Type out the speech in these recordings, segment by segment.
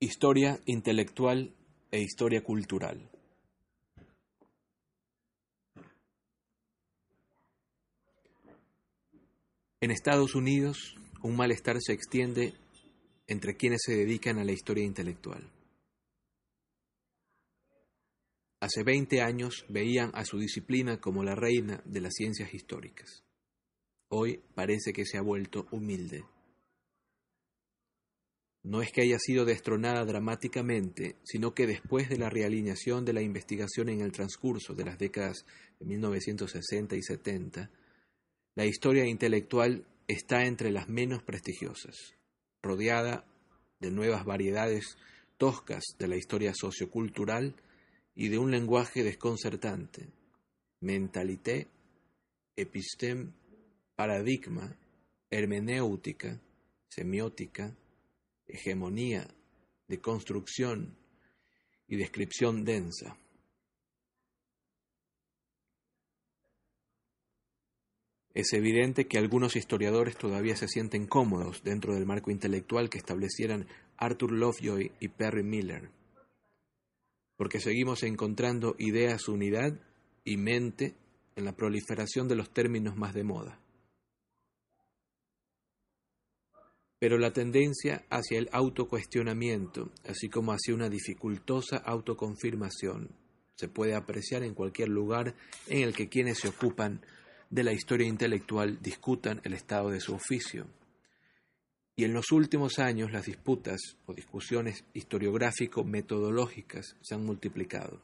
Historia intelectual e historia cultural. En Estados Unidos, un malestar se extiende entre quienes se dedican a la historia intelectual. Hace 20 años veían a su disciplina como la reina de las ciencias históricas. Hoy parece que se ha vuelto humilde. No es que haya sido destronada dramáticamente, sino que después de la realineación de la investigación en el transcurso de las décadas de 1960 y 70, la historia intelectual está entre las menos prestigiosas, rodeada de nuevas variedades toscas de la historia sociocultural y de un lenguaje desconcertante: mentalité, episteme, paradigma, hermenéutica, semiótica, hegemonía, deconstrucción y descripción densa. Es evidente que algunos historiadores todavía se sienten cómodos dentro del marco intelectual que establecieran Arthur Lovejoy y Perry Miller, porque seguimos encontrando ideas unidad y mente en la proliferación de los términos más de moda. Pero la tendencia hacia el autocuestionamiento, así como hacia una dificultosa autoconfirmación, se puede apreciar en cualquier lugar en el que quienes se ocupan de la historia intelectual discutan el estado de su oficio. Y en los últimos años las disputas o discusiones historiográfico-metodológicas se han multiplicado.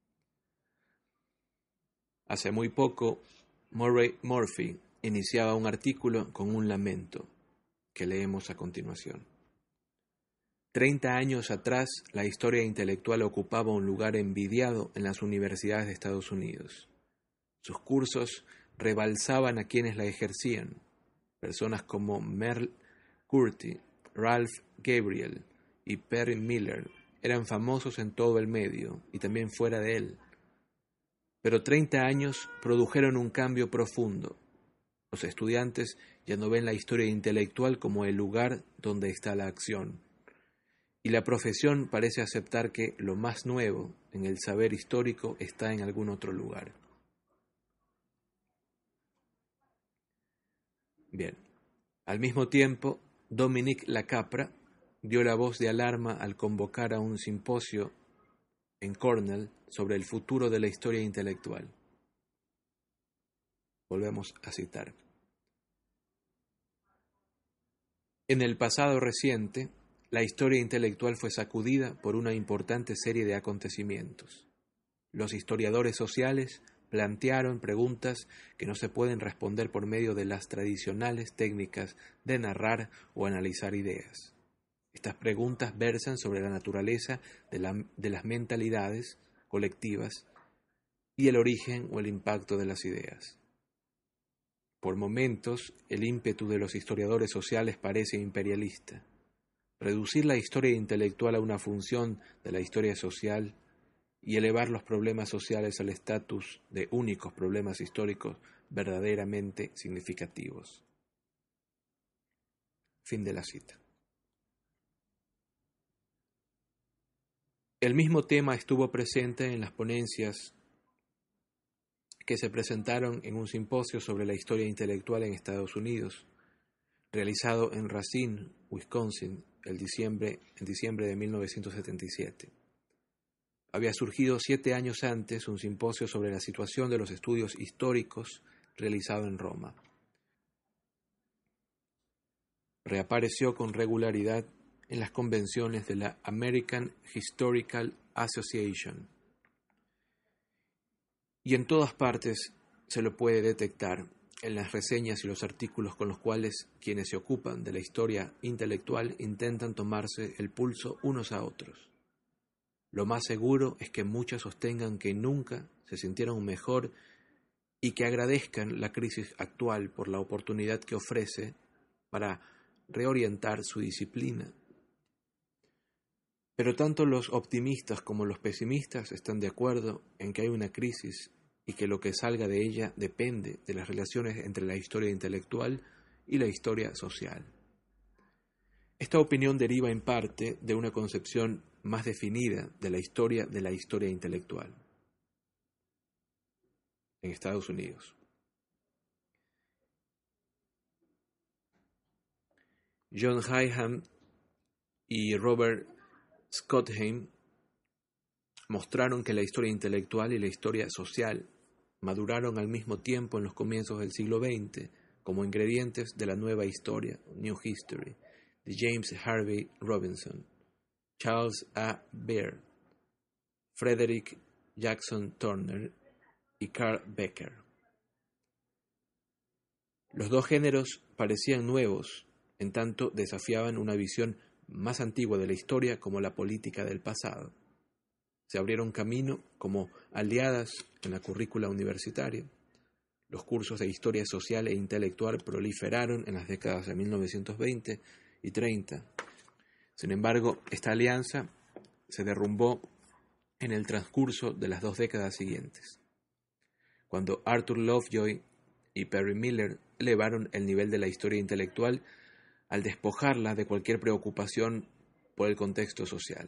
Hace muy poco, Murray Murphy iniciaba un artículo con un lamento que leemos a continuación. 30 años atrás, la historia intelectual ocupaba un lugar envidiado en las universidades de Estados Unidos. Sus cursos rebalsaban a quienes la ejercían. Personas como Merle Curti, Ralph Gabriel y Perry Miller eran famosos en todo el medio y también fuera de él. Pero 30 años produjeron un cambio profundo. Los estudiantes ya no ven la historia intelectual como el lugar donde está la acción, y la profesión parece aceptar que lo más nuevo en el saber histórico está en algún otro lugar. Bien, al mismo tiempo, Dominique Lacapra dio la voz de alarma al convocar a un simposio en Cornell sobre el futuro de la historia intelectual. Volvemos a citar. En el pasado reciente, la historia intelectual fue sacudida por una importante serie de acontecimientos. Los historiadores sociales plantearon preguntas que no se pueden responder por medio de las tradicionales técnicas de narrar o analizar ideas. Estas preguntas versan sobre la naturaleza de las mentalidades colectivas y el origen o el impacto de las ideas. Por momentos, el ímpetu de los historiadores sociales parece imperialista. Reducir la historia intelectual a una función de la historia social y elevar los problemas sociales al estatus de únicos problemas históricos verdaderamente significativos. Fin de la cita. El mismo tema estuvo presente en las ponencias que se presentaron en un simposio sobre la historia intelectual en Estados Unidos, realizado en Racine, Wisconsin, en diciembre de 1977. Había surgido 7 años antes un simposio sobre la situación de los estudios históricos realizado en Roma. Reapareció con regularidad en las convenciones de la American Historical Association. Y en todas partes se lo puede detectar en las reseñas y los artículos con los cuales quienes se ocupan de la historia intelectual intentan tomarse el pulso unos a otros. Lo más seguro es que muchos sostengan que nunca se sintieron mejor y que agradezcan la crisis actual por la oportunidad que ofrece para reorientar su disciplina. Pero tanto los optimistas como los pesimistas están de acuerdo en que hay una crisis y que lo que salga de ella depende de las relaciones entre la historia intelectual y la historia social. Esta opinión deriva en parte de una concepción más definida de la historia intelectual en Estados Unidos. John Hyham y Robert Schottenheim mostraron que la historia intelectual y la historia social maduraron al mismo tiempo en los comienzos del siglo XX como ingredientes de la nueva historia, New History, de James Harvey Robinson, Charles A. Beer, Frederick Jackson Turner y Carl Becker. Los dos géneros parecían nuevos, en tanto desafiaban una visión más antigua de la historia como la política del pasado. Se abrieron camino como aliadas en la currícula universitaria. Los cursos de historia social e intelectual proliferaron en las décadas de 1920 y 30. Sin embargo, esta alianza se derrumbó en el transcurso de las 2 décadas siguientes, cuando Arthur Lovejoy y Perry Miller elevaron el nivel de la historia intelectual al despojarla de cualquier preocupación por el contexto social.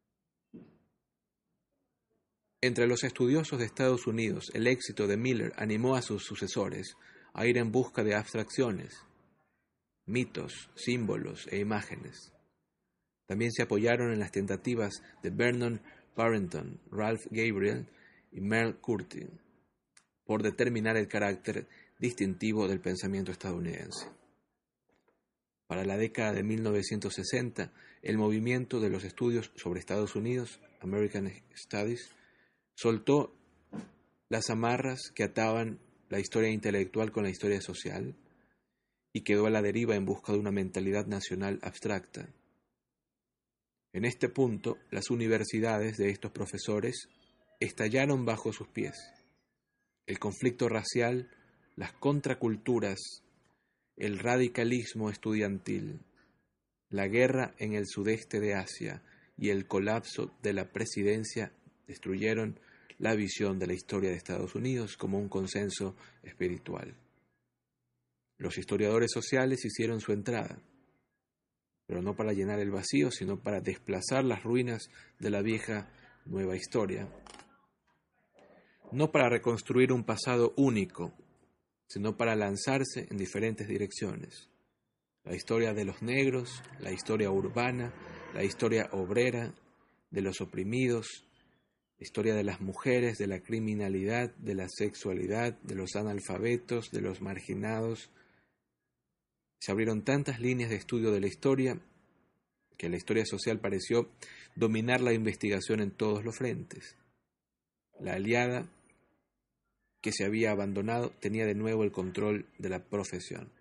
Entre los estudiosos de Estados Unidos, el éxito de Miller animó a sus sucesores a ir en busca de abstracciones, mitos, símbolos e imágenes. También se apoyaron en las tentativas de Vernon Barrington, Ralph Gabriel y Merle Curtin por determinar el carácter distintivo del pensamiento estadounidense. Para la década de 1960, el movimiento de los estudios sobre Estados Unidos, American Studies, soltó las amarras que ataban la historia intelectual con la historia social y quedó a la deriva en busca de una mentalidad nacional abstracta. En este punto, las universidades de estos profesores estallaron bajo sus pies. El conflicto racial, las contraculturas, el radicalismo estudiantil, la guerra en el sudeste de Asia y el colapso de la presidencia destruyeron la visión de la historia de Estados Unidos como un consenso espiritual. Los historiadores sociales hicieron su entrada, pero no para llenar el vacío, sino para desplazar las ruinas de la vieja nueva historia, no para reconstruir un pasado único, sino para lanzarse en diferentes direcciones. La historia de los negros, la historia urbana, la historia obrera, de los oprimidos, la historia de las mujeres, de la criminalidad, de la sexualidad, de los analfabetos, de los marginados. Se abrieron tantas líneas de estudio de la historia que la historia social pareció dominar la investigación en todos los frentes. La aliada que se había abandonado tenía de nuevo el control de la profesión.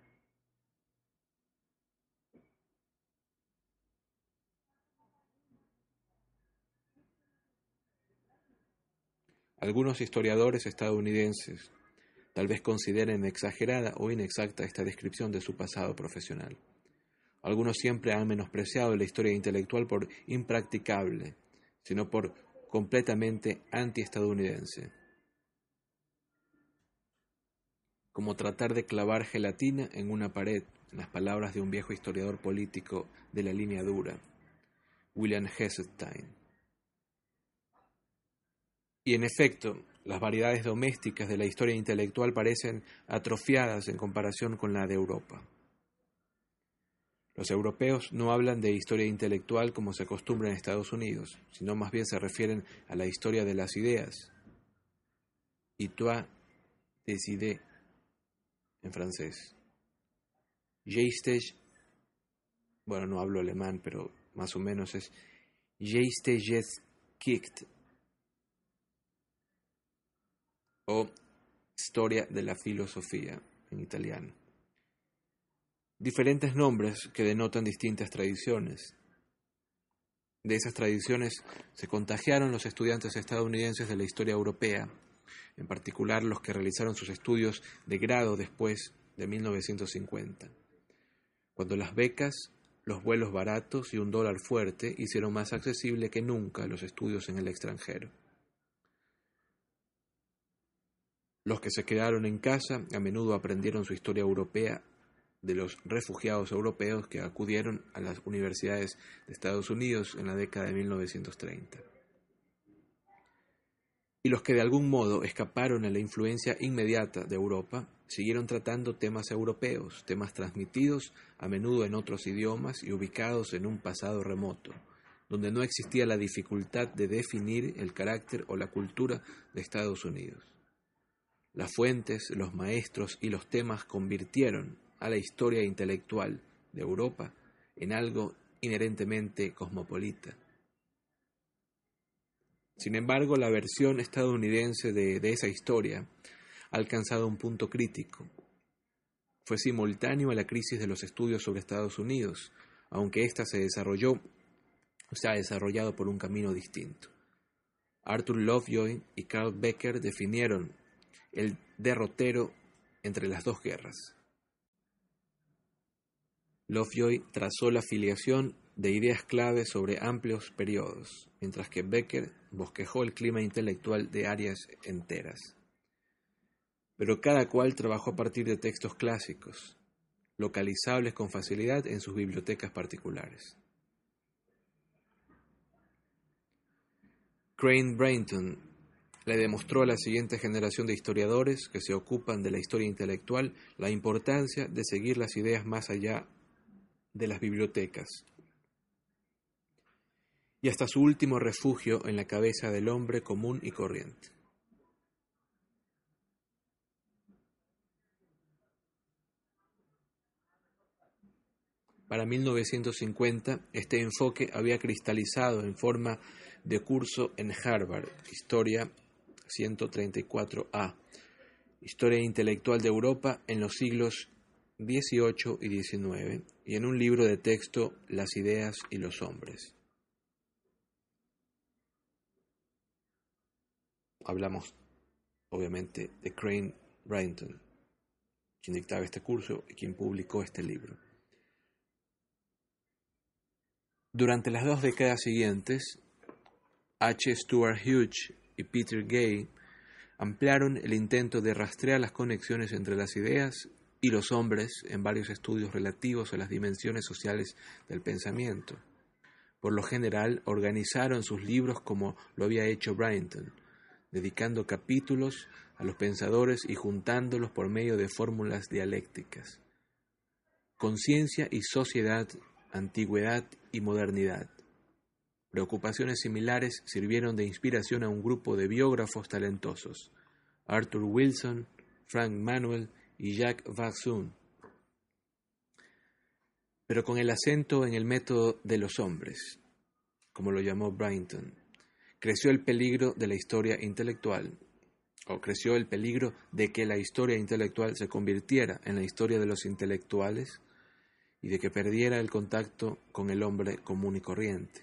Algunos historiadores estadounidenses tal vez consideren exagerada o inexacta esta descripción de su pasado profesional. Algunos siempre han menospreciado la historia intelectual por impracticable, sino por completamente anti-estadounidense. Como tratar de clavar gelatina en una pared, en las palabras de un viejo historiador político de la línea dura, William Heseltine. Y en efecto, las variedades domésticas de la historia intelectual parecen atrofiadas en comparación con la de Europa. Los europeos no hablan de historia intelectual como se acostumbra en Estados Unidos, sino más bien se refieren a la historia de las ideas. Histoire des idées, en francés. Geistes, bueno, no hablo alemán, pero más o menos es Geistesgeschichte o Historia de la filosofía en italiano. Diferentes nombres que denotan distintas tradiciones. De esas tradiciones se contagiaron los estudiantes estadounidenses de la historia europea, en particular los que realizaron sus estudios de grado después de 1950, cuando las becas, los vuelos baratos y un dólar fuerte hicieron más accesible que nunca los estudios en el extranjero. Los que se quedaron en casa a menudo aprendieron su historia europea de los refugiados europeos que acudieron a las universidades de Estados Unidos en la década de 1930. Y los que de algún modo escaparon a la influencia inmediata de Europa siguieron tratando temas europeos, temas transmitidos a menudo en otros idiomas y ubicados en un pasado remoto, donde no existía la dificultad de definir el carácter o la cultura de Estados Unidos. Las fuentes, los maestros y los temas convirtieron a la historia intelectual de Europa en algo inherentemente cosmopolita. Sin embargo, la versión estadounidense de esa historia ha alcanzado un punto crítico. Fue simultáneo a la crisis de los estudios sobre Estados Unidos, aunque ésta se ha desarrollado por un camino distinto. Arthur Lovejoy y Carl Becker definieron el derrotero entre las dos guerras. Lovejoy trazó la filiación de ideas clave sobre amplios periodos, mientras que Becker bosquejó el clima intelectual de áreas enteras. Pero cada cual trabajó a partir de textos clásicos, localizables con facilidad en sus bibliotecas particulares. Crane Brinton le demostró a la siguiente generación de historiadores que se ocupan de la historia intelectual la importancia de seguir las ideas más allá de las bibliotecas y hasta su último refugio en la cabeza del hombre común y corriente. Para 1950, este enfoque había cristalizado en forma de curso en Harvard, Historia 134A, Historia Intelectual de Europa en los siglos XVIII y XIX, y en un libro de texto, Las ideas y los hombres. Hablamos, obviamente, de Crane Brinton, quien dictaba este curso y quien publicó este libro. Durante las 2 décadas siguientes, H. Stuart Hughes y Peter Gay ampliaron el intento de rastrear las conexiones entre las ideas y los hombres en varios estudios relativos a las dimensiones sociales del pensamiento. Por lo general, organizaron sus libros como lo había hecho Brinton, dedicando capítulos a los pensadores y juntándolos por medio de fórmulas dialécticas. Conciencia y sociedad, antigüedad y modernidad. Preocupaciones similares sirvieron de inspiración a un grupo de biógrafos talentosos, Arthur Wilson, Frank Manuel y Jacques Vaxun, pero con el acento en el método de los hombres, como lo llamó Brinton. Creció el peligro de la historia intelectual, o creció el peligro de que la historia intelectual se convirtiera en la historia de los intelectuales y de que perdiera el contacto con el hombre común y corriente.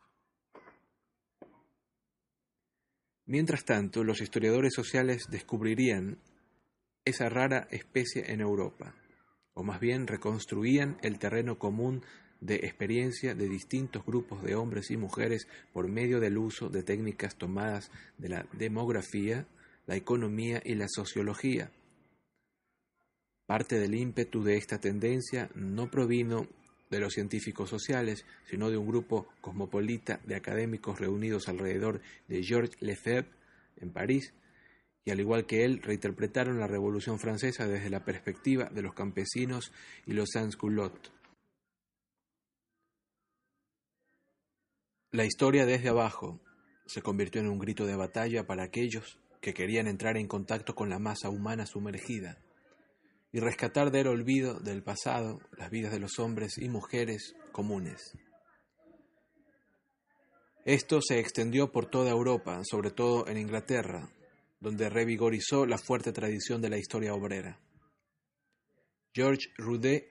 Mientras tanto, los historiadores sociales descubrirían esa rara especie en Europa, o más bien reconstruían el terreno común de experiencia de distintos grupos de hombres y mujeres por medio del uso de técnicas tomadas de la demografía, la economía y la sociología. Parte del ímpetu de esta tendencia no provino de los científicos sociales, sino de un grupo cosmopolita de académicos reunidos alrededor de Georges Lefebvre en París, y al igual que él, reinterpretaron la Revolución Francesa desde la perspectiva de los campesinos y los sans-culottes. La historia desde abajo se convirtió en un grito de batalla para aquellos que querían entrar en contacto con la masa humana sumergida y rescatar del olvido del pasado las vidas de los hombres y mujeres comunes. Esto se extendió por toda Europa, sobre todo en Inglaterra, donde revigorizó la fuerte tradición de la historia obrera. George Roudet,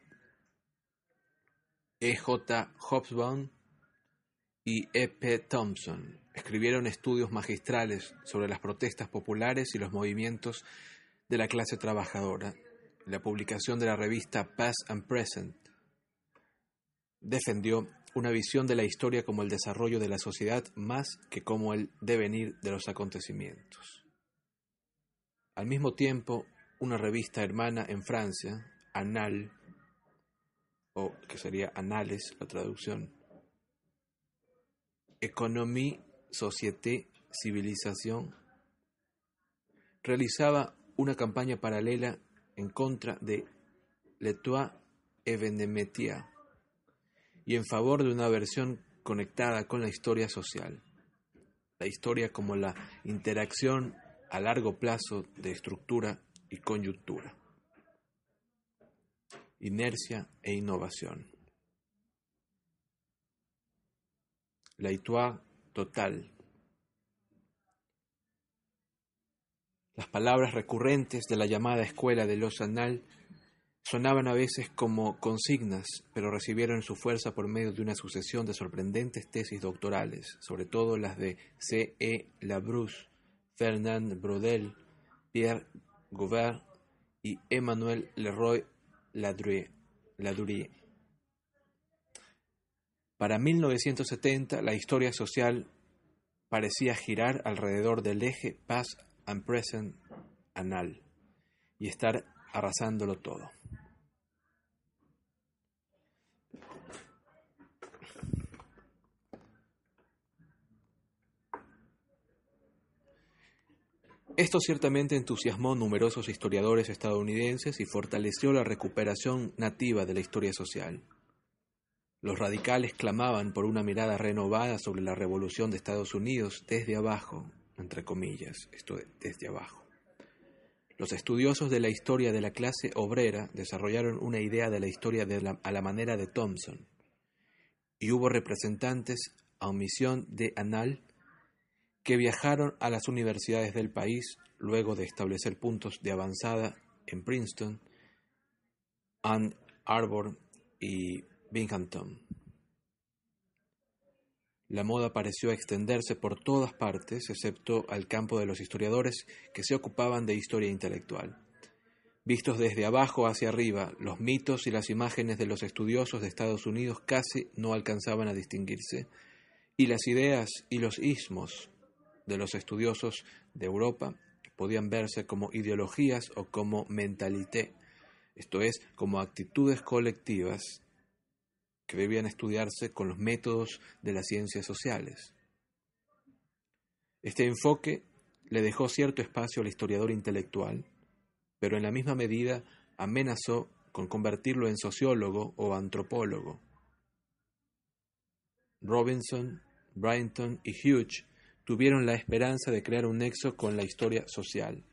E.J. Hobsbawm y E.P. Thompson escribieron estudios magistrales sobre las protestas populares y los movimientos de la clase trabajadora. La publicación de la revista Past and Present defendió una visión de la historia como el desarrollo de la sociedad más que como el devenir de los acontecimientos. Al mismo tiempo, una revista hermana en Francia, Annales, o que sería Annales, la traducción. Économie, Société, Civilisation, realizaba una campaña paralela en contra de L'Étoile Evenementia y en favor de una versión conectada con la historia social. La historia como la interacción a largo plazo de estructura y coyuntura, inercia e innovación. La histoire total. Las palabras recurrentes de la llamada escuela de los Annales sonaban a veces como consignas, pero recibieron su fuerza por medio de una sucesión de sorprendentes tesis doctorales, sobre todo las de C. E. Labrousse, Fernand Braudel, Pierre Gauvert y Emmanuel Leroy-Ladurie. Para 1970, la historia social parecía girar alrededor del eje Past and Present Annales y estar arrasándolo todo. Esto ciertamente entusiasmó numerosos historiadores estadounidenses y fortaleció la recuperación nativa de la historia social. Los radicales clamaban por una mirada renovada sobre la revolución de Estados Unidos desde abajo, entre comillas, esto desde abajo. Los estudiosos de la historia de la clase obrera desarrollaron una idea de la historia a la manera de Thompson, y hubo representantes a omisión de Annales que viajaron a las universidades del país luego de establecer puntos de avanzada en Princeton, Ann Arbor y Binghamton. La moda pareció extenderse por todas partes, excepto al campo de los historiadores que se ocupaban de historia intelectual. Vistos desde abajo hacia arriba, los mitos y las imágenes de los estudiosos de Estados Unidos casi no alcanzaban a distinguirse, y las ideas y los ismos de los estudiosos de Europa podían verse como ideologías o como mentalité, esto es, como actitudes colectivas que debían estudiarse con los métodos de las ciencias sociales. Este enfoque le dejó cierto espacio al historiador intelectual, pero en la misma medida amenazó con convertirlo en sociólogo o antropólogo. Robinson, Bryton y Hughes tuvieron la esperanza de crear un nexo con la historia social.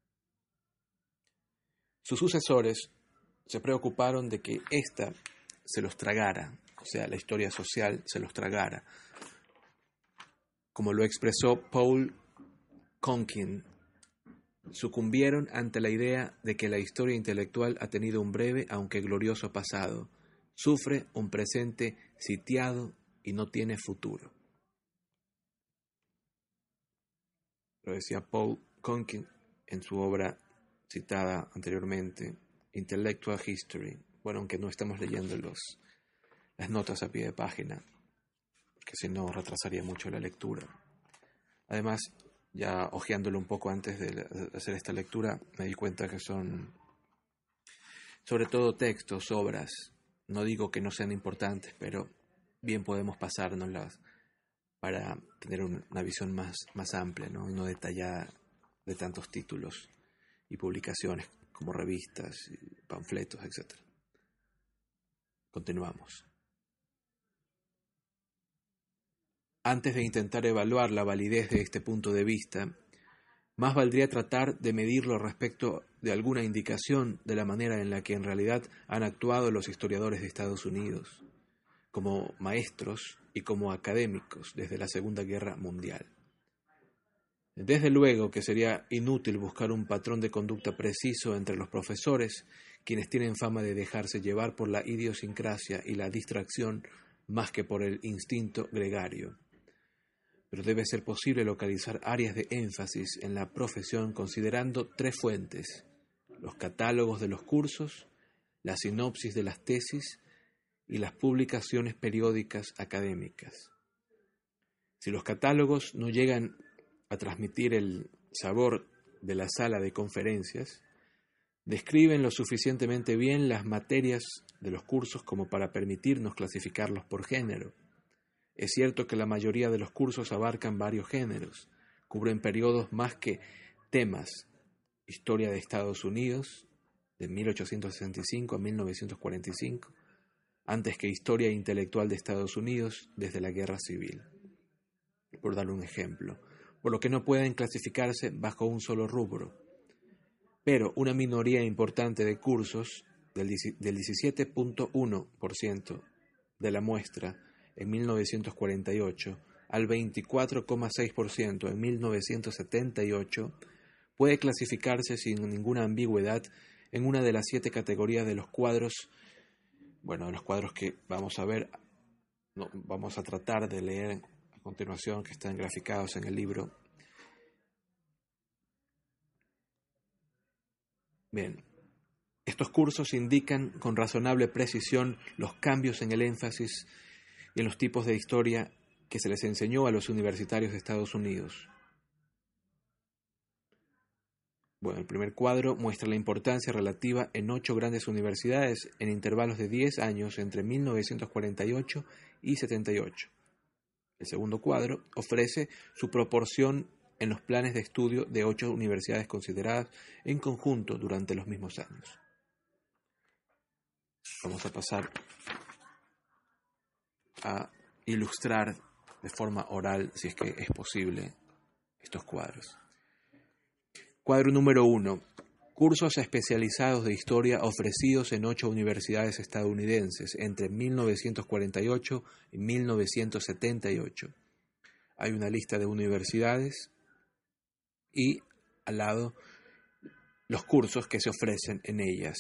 Sus sucesores se preocuparon de que ésta se los tragara, o sea, la historia social se los tragara, como lo expresó Paul Conkin. Sucumbieron ante la idea de que la historia intelectual ha tenido un breve aunque glorioso pasado, sufre un presente sitiado y no tiene futuro. Lo decía Paul Conkin en su obra citada anteriormente, Intellectual History. Bueno, aunque no estamos leyendo las notas a pie de página, que si no retrasaría mucho la lectura. Además, ya hojeándolo un poco antes de hacer esta lectura, me di cuenta que son sobre todo textos, obras. No digo que no sean importantes, pero bien podemos pasárnoslas para tener una visión más amplia, ¿no? Y no detallada de tantos títulos y publicaciones como revistas, panfletos, etc. Continuamos. Antes de intentar evaluar la validez de este punto de vista, más valdría tratar de medirlo respecto de alguna indicación de la manera en la que en realidad han actuado los historiadores de Estados Unidos, como maestros y como académicos desde la Segunda Guerra Mundial. Desde luego que sería inútil buscar un patrón de conducta preciso entre los profesores, quienes tienen fama de dejarse llevar por la idiosincrasia y la distracción más que por el instinto gregario. Pero debe ser posible localizar áreas de énfasis en la profesión considerando tres fuentes: los catálogos de los cursos, la sinopsis de las tesis y las publicaciones periódicas académicas. Si los catálogos no llegan a transmitir el sabor de la sala de conferencias, Describen lo suficientemente bien las materias de los cursos como para permitirnos clasificarlos por género. Es cierto que la mayoría de los cursos abarcan varios géneros, cubren periodos más que temas: historia de Estados Unidos, de 1865 a 1945, antes que historia intelectual de Estados Unidos desde la Guerra Civil, por dar un ejemplo, por lo que no pueden clasificarse bajo un solo rubro. Pero una minoría importante de cursos, del 17.1% de la muestra en 1948 al 24,6% en 1978, puede clasificarse sin ninguna ambigüedad en una de las 7 categorías de los cuadros, de los cuadros que vamos a ver, vamos a tratar de leer a continuación, que están graficados en el libro. Bien, estos cursos indican con razonable precisión los cambios en el énfasis y en los tipos de historia que se les enseñó a los universitarios de Estados Unidos. Bueno, el primer cuadro muestra la importancia relativa en 8 grandes universidades en intervalos de 10 años entre 1948 y 78. El segundo cuadro ofrece su proporción en los planes de estudio de 8 universidades consideradas en conjunto durante los mismos años. Vamos a pasar a ilustrar de forma oral, si es que es posible, estos cuadros. Cuadro número 1. Cursos especializados de historia ofrecidos en 8 universidades estadounidenses entre 1948 y 1978. Hay una lista de universidades y al lado los cursos que se ofrecen en ellas.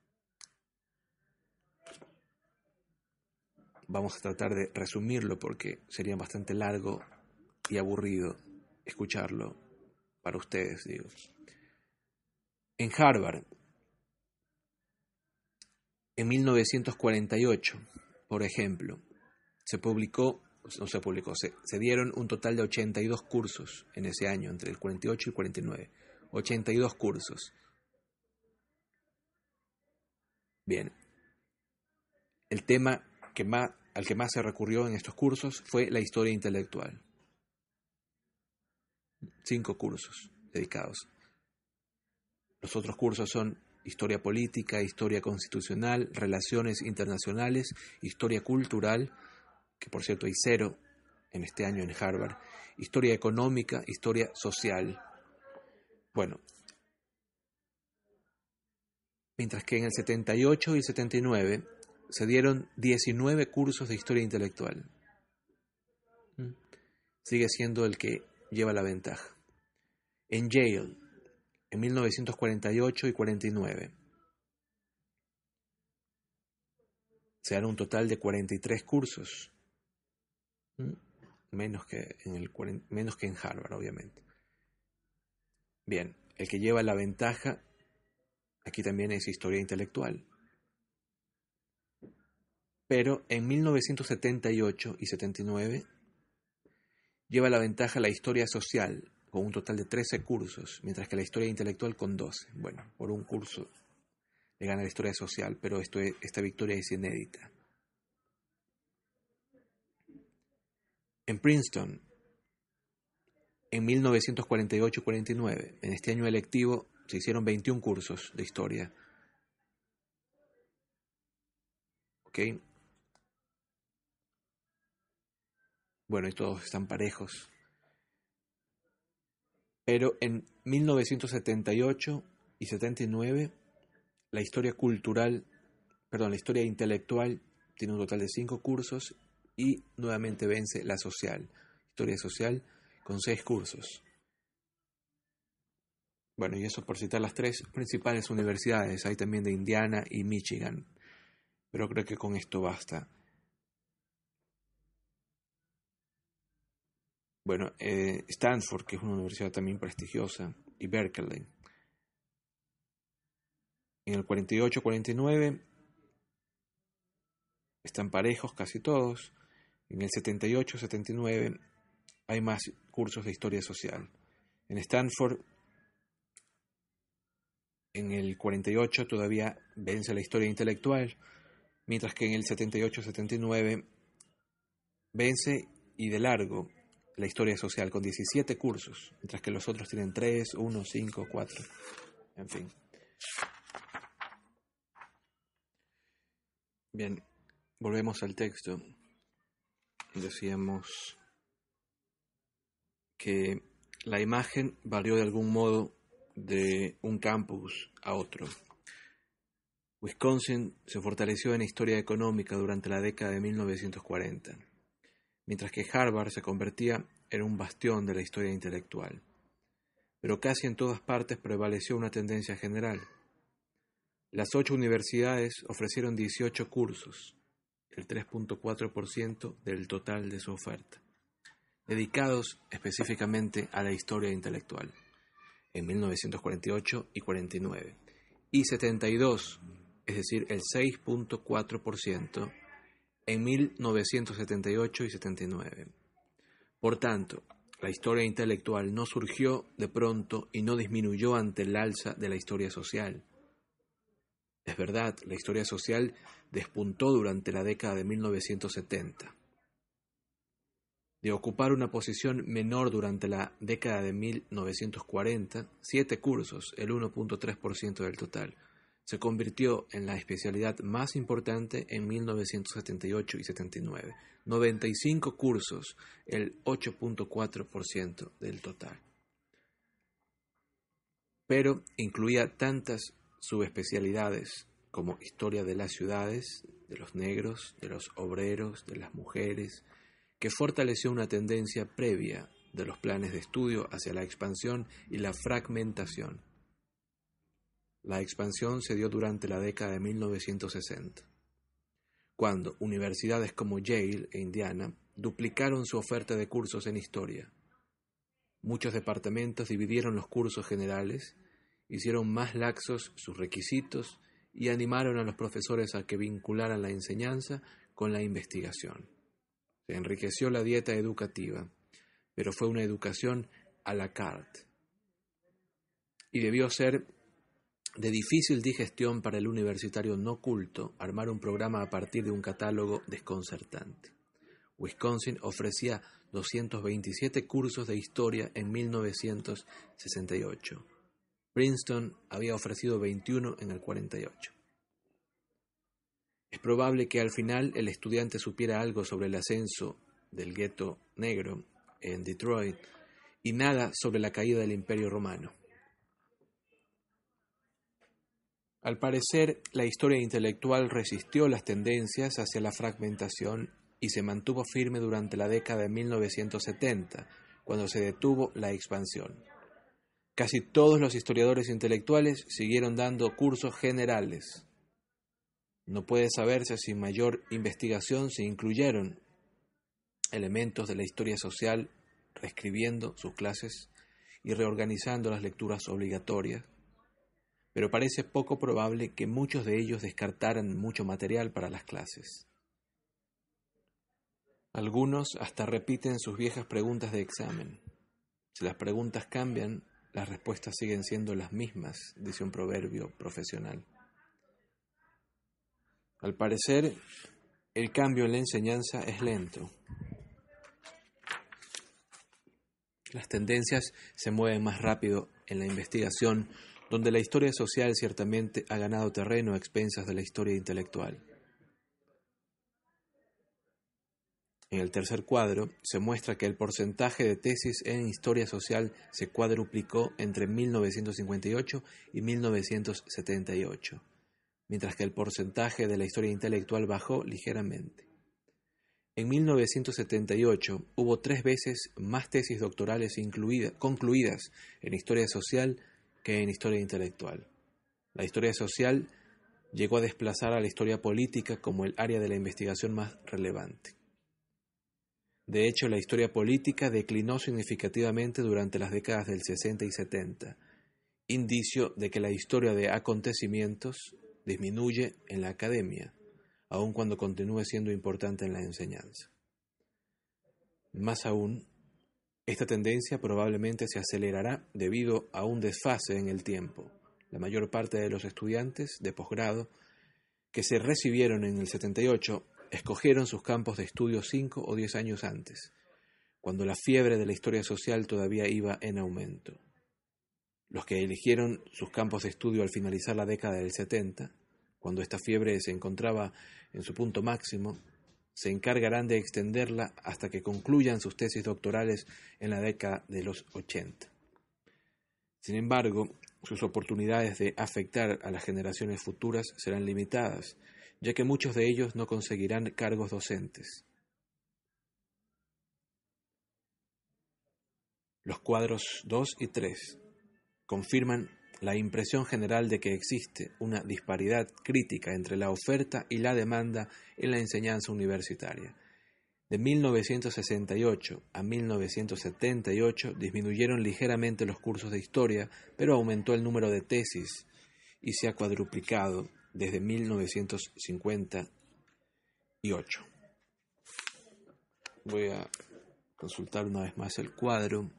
Vamos a tratar de resumirlo porque sería bastante largo y aburrido escucharlo para ustedes, digo. En Harvard, en 1948, por ejemplo, se dieron un total de 82 cursos en ese año, entre el 48 y el 49. 82 cursos. Bien. El tema al que más se recurrió en estos cursos fue la historia intelectual. 5 cursos dedicados. Los otros cursos son historia política, historia constitucional, relaciones internacionales, historia cultural, que por cierto hay 0 en este año en Harvard, historia económica, historia social. Bueno, mientras que en el 78 y el 79 se dieron 19 cursos de historia intelectual. Sigue siendo el que lleva la ventaja. En Yale, en 1948 y 49, se dan un total de 43 cursos. Menos que en Harvard, obviamente. Bien, el que lleva la ventaja aquí también es historia intelectual. Pero en 1978 y 79 lleva la ventaja la historia social, con un total de 13 cursos, mientras que la historia intelectual con 12. Bueno, por un curso le gana la historia social, pero esta victoria es inédita. En Princeton, en 1948-49, en este año electivo, se hicieron 21 cursos de historia. ¿Ok? Bueno, y todos están parejos. Pero en 1978 y 79, la historia intelectual tiene un total de 5 cursos y nuevamente vence la social, historia social, con 6 cursos. Bueno, y eso por citar las 3 principales universidades, hay también de Indiana y Michigan, pero creo que con esto basta. Bueno, Stanford, que es una universidad también prestigiosa, y Berkeley. En el 48-49 están parejos casi todos. En el 78-79 hay más cursos de historia social. En Stanford En el 48 todavía vence la historia intelectual, mientras que en el 78-79 vence y de largo la historia social con 17 cursos, mientras que los otros tienen 3, 1, 5, 4, en fin. Bien, volvemos al texto. Decíamos que la imagen varió de algún modo de un campus a otro. Wisconsin se fortaleció en historia económica durante la década de 1940, mientras que Harvard se convertía en un bastión de la historia intelectual. Pero casi en todas partes prevaleció una tendencia general. Las 8 universidades ofrecieron 18 cursos, el 3.4% del total de su oferta, dedicados específicamente a la historia intelectual, en 1948 y 49, y 72, es decir, el 6.4%, en 1978 y 79. Por tanto, la historia intelectual no surgió de pronto y no disminuyó ante el alza de la historia social. Es verdad, la historia social despuntó durante la década de 1970. De ocupar una posición menor durante la década de 1940, 7 cursos, el 1.3% del total, se convirtió en la especialidad más importante en 1978 y 79, 95 cursos, el 8.4% del total. Pero incluía tantas subespecialidades como historia de las ciudades, de los negros, de los obreros, de las mujeres, que fortaleció una tendencia previa de los planes de estudio hacia la expansión y la fragmentación. La expansión se dio durante la década de 1960, cuando universidades como Yale e Indiana duplicaron su oferta de cursos en historia. Muchos departamentos dividieron los cursos generales, hicieron más laxos sus requisitos y animaron a los profesores a que vincularan la enseñanza con la investigación. Se enriqueció la dieta educativa, pero fue una educación à la carte, y debió ser de difícil digestión para el universitario no culto armar un programa a partir de un catálogo desconcertante. Wisconsin ofrecía 227 cursos de historia en 1968. Princeton había ofrecido 21 en el 48. Es probable que al final el estudiante supiera algo sobre el ascenso del gueto negro en Detroit y nada sobre la caída del Imperio Romano. Al parecer, la historia intelectual resistió las tendencias hacia la fragmentación y se mantuvo firme durante la década de 1970, cuando se detuvo la expansión. Casi todos los historiadores intelectuales siguieron dando cursos generales. No puede saberse sin mayor investigación si incluyeron elementos de la historia social, reescribiendo sus clases y reorganizando las lecturas obligatorias, pero parece poco probable que muchos de ellos descartaran mucho material para las clases. Algunos hasta repiten sus viejas preguntas de examen. Si las preguntas cambian, las respuestas siguen siendo las mismas, dice un proverbio profesional. Al parecer, el cambio en la enseñanza es lento. Las tendencias se mueven más rápido en la investigación, donde la historia social ciertamente ha ganado terreno a expensas de la historia intelectual. En el tercer cuadro se muestra que el porcentaje de tesis en historia social se cuadruplicó entre 1958 y 1978, mientras que el porcentaje de la historia intelectual bajó ligeramente. En 1978 hubo 3 veces más tesis doctorales concluidas en historia social que en historia intelectual. La historia social llegó a desplazar a la historia política como el área de la investigación más relevante. De hecho, la historia política declinó significativamente durante las décadas del 60 y 70, indicio de que la historia de acontecimientos disminuye en la academia, aun cuando continúe siendo importante en la enseñanza. Más aún, esta tendencia probablemente se acelerará debido a un desfase en el tiempo. La mayor parte de los estudiantes de posgrado que se recibieron en el 78 escogieron sus campos de estudio 5 o 10 años antes, cuando la fiebre de la historia social todavía iba en aumento. Los que eligieron sus campos de estudio al finalizar la década del 70, cuando esta fiebre se encontraba en su punto máximo, se encargarán de extenderla hasta que concluyan sus tesis doctorales en la década de los 80. Sin embargo, sus oportunidades de afectar a las generaciones futuras serán limitadas, ya que muchos de ellos no conseguirán cargos docentes. Los cuadros 2 y 3 confirman la impresión general de que existe una disparidad crítica entre la oferta y la demanda en la enseñanza universitaria. De 1968 a 1978 disminuyeron ligeramente los cursos de historia, pero aumentó el número de tesis y se ha cuadruplicado desde 1958. Voy a consultar una vez más el cuadro.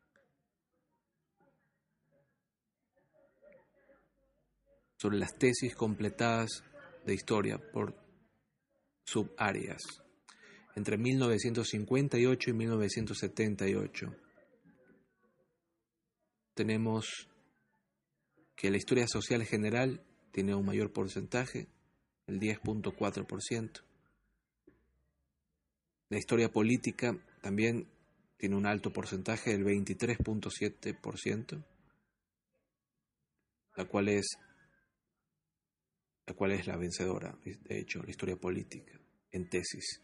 Sobre las tesis completadas de historia por subáreas entre 1958 y 1978. Tenemos que la historia social general tiene un mayor porcentaje, el 10.4%. La historia política también tiene un alto porcentaje, el 23.7%, la cual es la vencedora, de hecho, la historia política en tesis.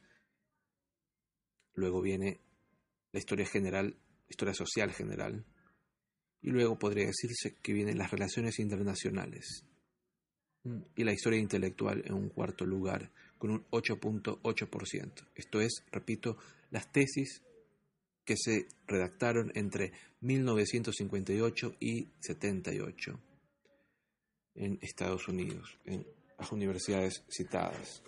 Luego viene la historia general, historia social general, y luego podría decirse que vienen las relaciones internacionales y la historia intelectual en un cuarto lugar, con un 8.8%. Esto es, repito, las tesis que se redactaron entre 1958 y 78 en Estados Unidos, en las universidades citadas.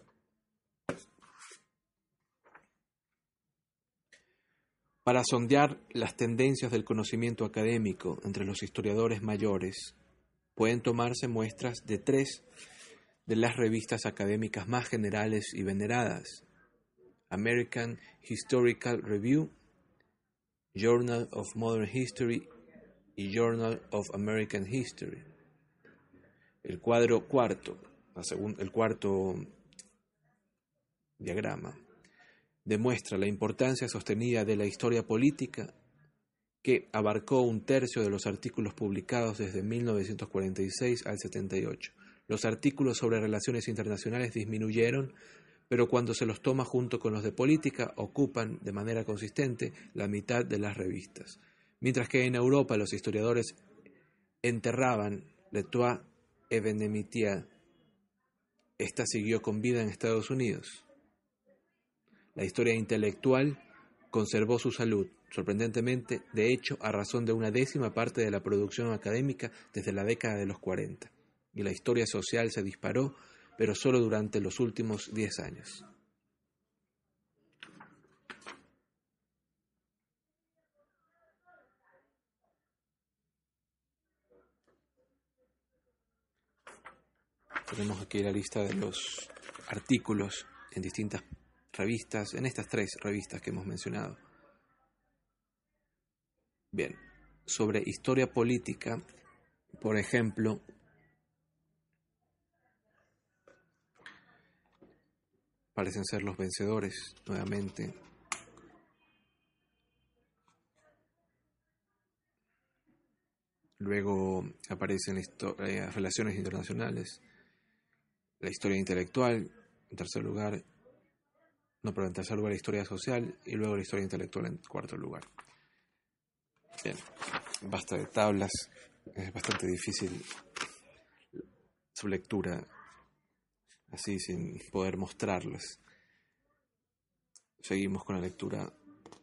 Para sondear las tendencias del conocimiento académico entre los historiadores mayores, pueden tomarse muestras de 3 de las revistas académicas más generales y veneradas: American Historical Review, Journal of Modern History y Journal of American History. El cuadro cuarto, el cuarto diagrama, demuestra la importancia sostenida de la historia política, que abarcó 1/3 de los artículos publicados desde 1946 al 78. Los artículos sobre relaciones internacionales disminuyeron, pero cuando se los toma junto con los de política, ocupan de manera consistente la mitad de las revistas. Mientras que en Europa los historiadores enterraban l'Etoile Evenementielle, esta siguió con vida en Estados Unidos. La historia intelectual conservó su salud, sorprendentemente, de hecho, a razón de 1/10 parte de la producción académica desde la década de los 40, y la historia social se disparó, pero solo durante los últimos 10 años. Tenemos aquí la lista de los artículos en distintas revistas, en estas 3 revistas que hemos mencionado. Bien, sobre historia política, por ejemplo, parecen ser los vencedores nuevamente. Luego aparecen las relaciones internacionales, la historia intelectual, en tercer lugar, la historia social, y luego la historia intelectual en cuarto lugar. Bien, basta de tablas, es bastante difícil su lectura así sin poder mostrarlas. Seguimos con la lectura.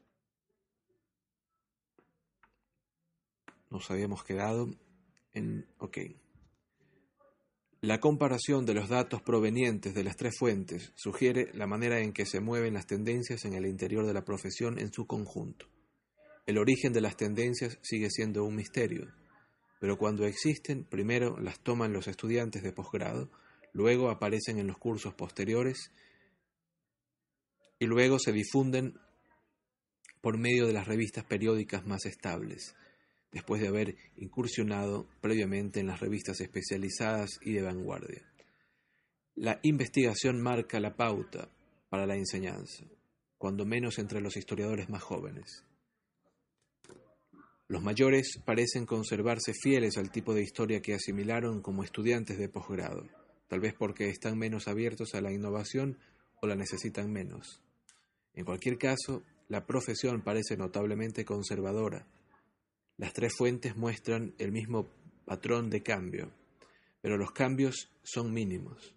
Nos habíamos quedado en... La comparación de los datos provenientes de las 3 fuentes sugiere la manera en que se mueven las tendencias en el interior de la profesión en su conjunto. El origen de las tendencias sigue siendo un misterio. pero cuando existen, primero las toman los estudiantes de posgrado, luego aparecen en los cursos posteriores y luego se difunden por medio de las revistas periódicas más estables, después de haber incursionado previamente en las revistas especializadas y de vanguardia. La investigación marca la pauta para la enseñanza, cuando menos entre los historiadores más jóvenes. Los mayores parecen conservarse fieles al tipo de historia que asimilaron como estudiantes de posgrado, tal vez porque están menos abiertos a la innovación o la necesitan menos. En cualquier caso, la profesión parece notablemente conservadora. Las tres fuentes muestran el mismo patrón de cambio, pero los cambios son mínimos.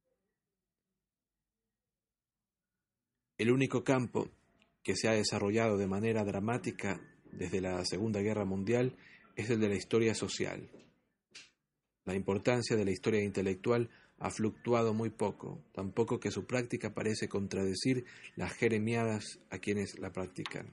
El único campo que se ha desarrollado de manera dramática desde la Segunda Guerra Mundial es el de la historia social. La importancia de la historia intelectual ha fluctuado muy poco, tan poco que su práctica parece contradecir las jeremiadas a quienes la practican.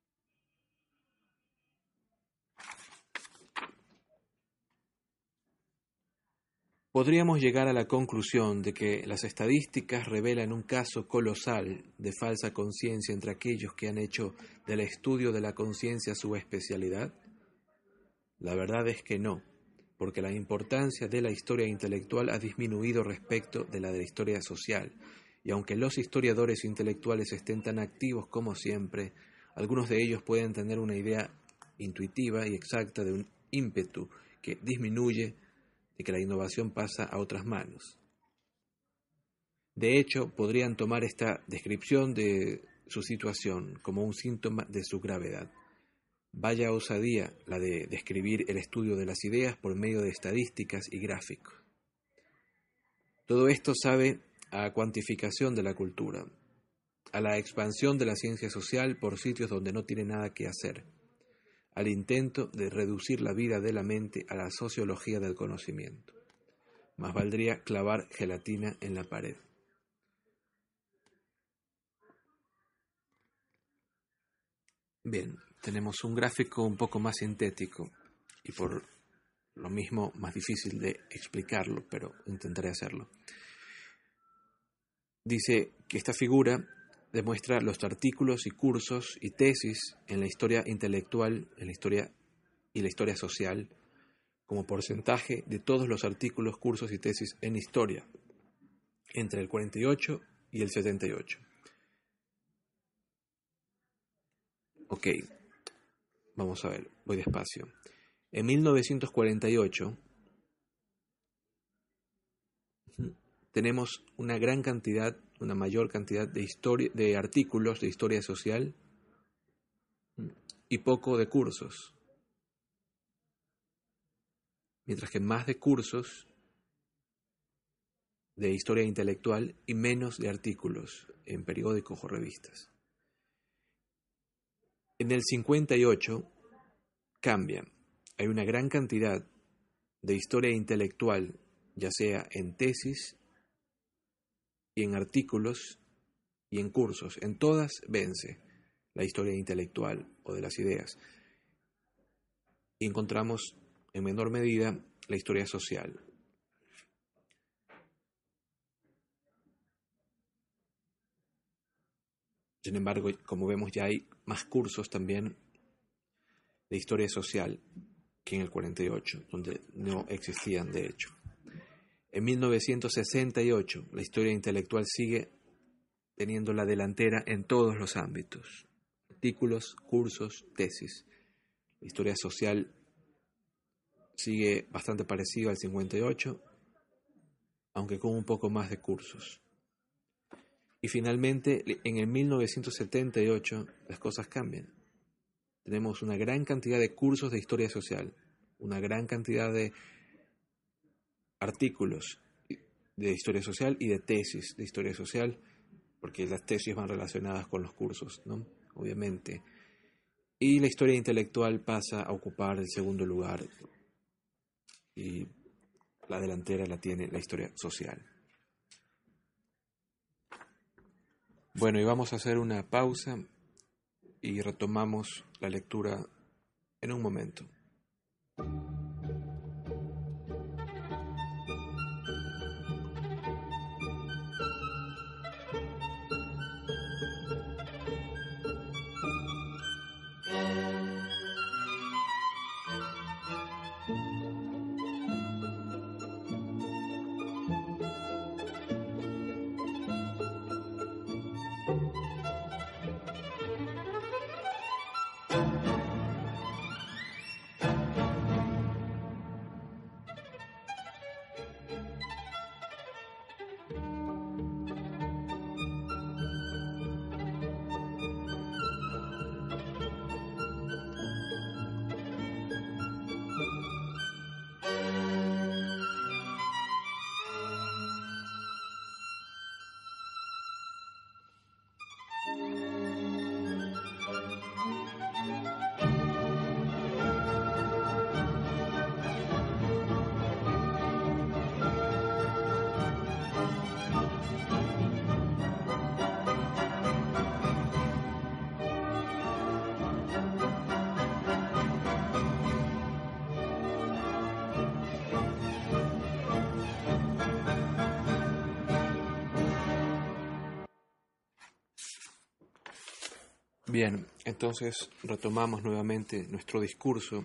Podríamos llegar a la conclusión de que las estadísticas revelan un caso colosal de falsa conciencia entre aquellos que han hecho del estudio de la conciencia su especialidad. La verdad es que no, porque la importancia de la historia intelectual ha disminuido respecto de la historia social, y aunque los historiadores intelectuales estén tan activos como siempre, algunos de ellos pueden tener una idea intuitiva y exacta de un ímpetu que disminuye de que la innovación pasa a otras manos. De hecho, podrían tomar esta descripción de su situación como un síntoma de su gravedad. Vaya osadía la de describir el estudio de las ideas por medio de estadísticas y gráficos. Todo esto sabe a cuantificación de la cultura, a la expansión de la ciencia social por sitios donde no tiene nada que hacer, al intento de reducir la vida de la mente a la sociología del conocimiento. Más valdría clavar gelatina en la pared. Bien, tenemos un gráfico un poco más sintético y por lo mismo más difícil de explicarlo, pero intentaré hacerlo. Dice que esta figura demuestra los artículos y cursos y tesis en la historia intelectual, en la historia y la historia social, como porcentaje de todos los artículos, cursos y tesis en historia, entre el 48 y el 78. Ok, vamos a ver, voy despacio. En 1948 tenemos una mayor cantidad de artículos de historia social y poco de cursos. Mientras que más de cursos de historia intelectual y menos de artículos en periódicos o revistas. En el 58 cambia. Hay una gran cantidad de historia intelectual, ya sea en tesis y en artículos y en cursos. En todas vence la historia intelectual o de las ideas. Y encontramos en menor medida la historia social. Sin embargo, como vemos, ya hay más cursos también de historia social que en el 48, donde no existían de hecho. En 1968, la historia intelectual sigue teniendo la delantera en todos los ámbitos: artículos, cursos, tesis. La historia social sigue bastante parecido al 58, aunque con un poco más de cursos. Y finalmente, en el 1978, las cosas cambian. Tenemos una gran cantidad de cursos de historia social, una gran cantidad de artículos de historia social y de tesis de historia social, porque las tesis van relacionadas con los cursos, ¿no? Obviamente. Y la historia intelectual pasa a ocupar el segundo lugar y la delantera la tiene la historia social. Bueno, y vamos a hacer una pausa y retomamos la lectura en un momento. Bien, entonces retomamos nuevamente nuestro discurso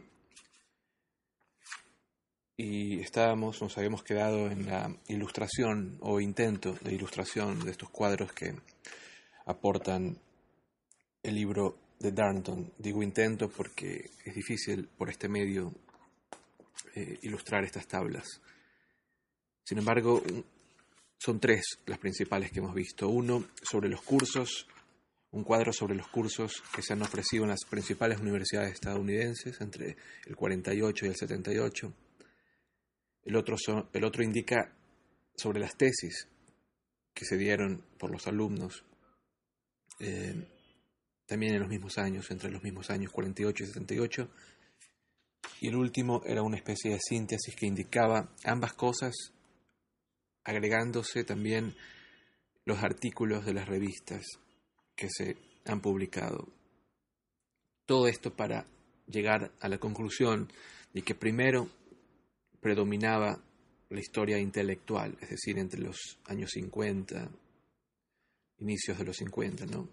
y nos habíamos quedado en la ilustración o intento de ilustración de estos cuadros que aportan el libro de Darnton. Digo intento porque es difícil por este medio ilustrar estas tablas. Sin embargo, son tres las principales que hemos visto. Uno sobre los cursos, un cuadro sobre los cursos que se han ofrecido en las principales universidades estadounidenses entre el 48 y el 78. El otro indica sobre las tesis que se dieron por los alumnos también en los mismos años, entre los mismos años 48 y 78. Y el último era una especie de síntesis que indicaba ambas cosas, agregándose también los artículos de las revistas que se han publicado. Todo esto para llegar a la conclusión de que primero predominaba la historia intelectual, es decir, entre los años 50, inicios de los 50, ¿no?,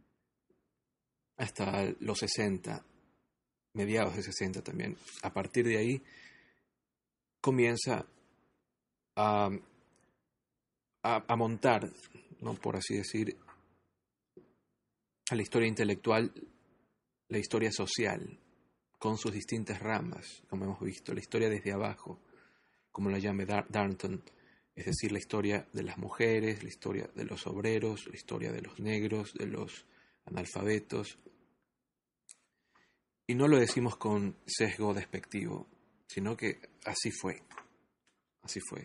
hasta los 60, mediados de 60 también. A partir de ahí comienza a montar, ¿no?, por así decir, a la historia intelectual, la historia social, con sus distintas ramas, como hemos visto, la historia desde abajo, como la llama Darnton, es decir, la historia de las mujeres, la historia de los obreros, la historia de los negros, de los analfabetos. Y no lo decimos con sesgo despectivo, sino que así fue. Así fue.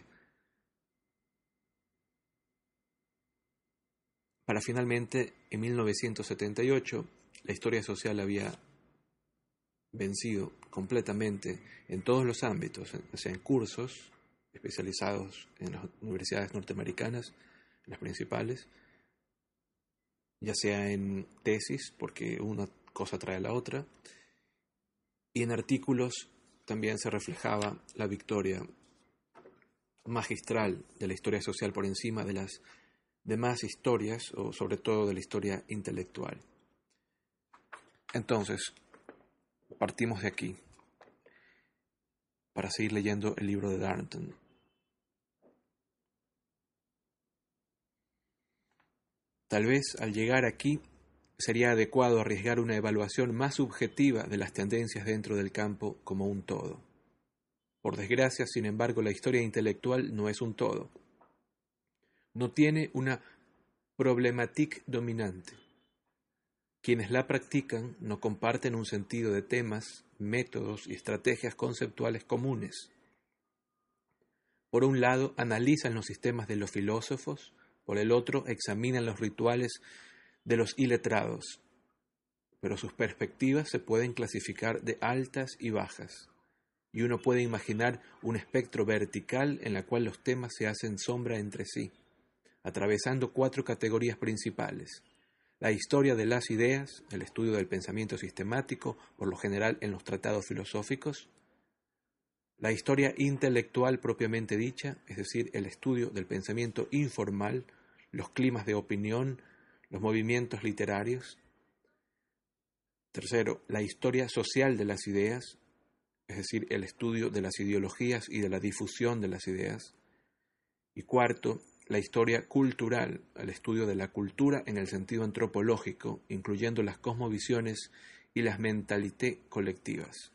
Para finalmente, en 1978, la historia social había vencido completamente en todos los ámbitos, o sea, en cursos especializados en las universidades norteamericanas, las principales, ya sea en tesis, porque una cosa trae a la otra, y en artículos también se reflejaba la victoria magistral de la historia social por encima de las demás historias, o sobre todo de la historia intelectual. Entonces, partimos de aquí para seguir leyendo el libro de Darnton. Tal vez al llegar aquí sería adecuado arriesgar una evaluación más subjetiva de las tendencias dentro del campo como un todo. Por desgracia, sin embargo, la historia intelectual no es un todo. No tiene una problemática dominante. Quienes la practican no comparten un sentido de temas, métodos y estrategias conceptuales comunes. Por un lado, analizan los sistemas de los filósofos, por el otro, examinan los rituales de los iletrados, pero sus perspectivas se pueden clasificar de altas y bajas, y uno puede imaginar un espectro vertical en la cual los temas se hacen sombra entre sí, atravesando 4 categorías principales: la historia de las ideas, el estudio del pensamiento sistemático, por lo general en los tratados filosóficos; la historia intelectual propiamente dicha, es decir, el estudio del pensamiento informal, los climas de opinión, los movimientos literarios; tercero, la historia social de las ideas, es decir, el estudio de las ideologías y de la difusión de las ideas; y cuarto, la historia cultural, el estudio de la cultura en el sentido antropológico, incluyendo las cosmovisiones y las mentalité colectivas.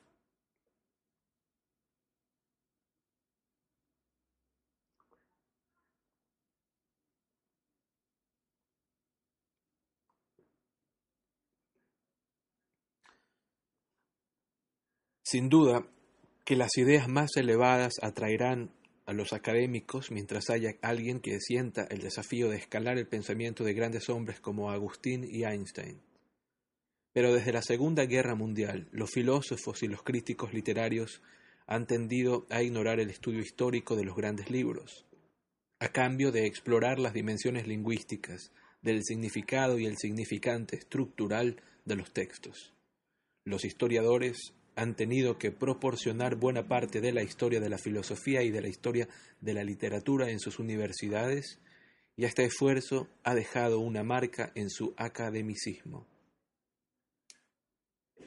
Sin duda que las ideas más elevadas atraerán a los académicos mientras haya alguien que sienta el desafío de escalar el pensamiento de grandes hombres como Agustín y Einstein. Pero desde la Segunda Guerra Mundial, los filósofos y los críticos literarios han tendido a ignorar el estudio histórico de los grandes libros, a cambio de explorar las dimensiones lingüísticas del significado y el significante estructural de los textos. Los historiadores han tenido que proporcionar buena parte de la historia de la filosofía y de la historia de la literatura en sus universidades, y este esfuerzo ha dejado una marca en su academicismo.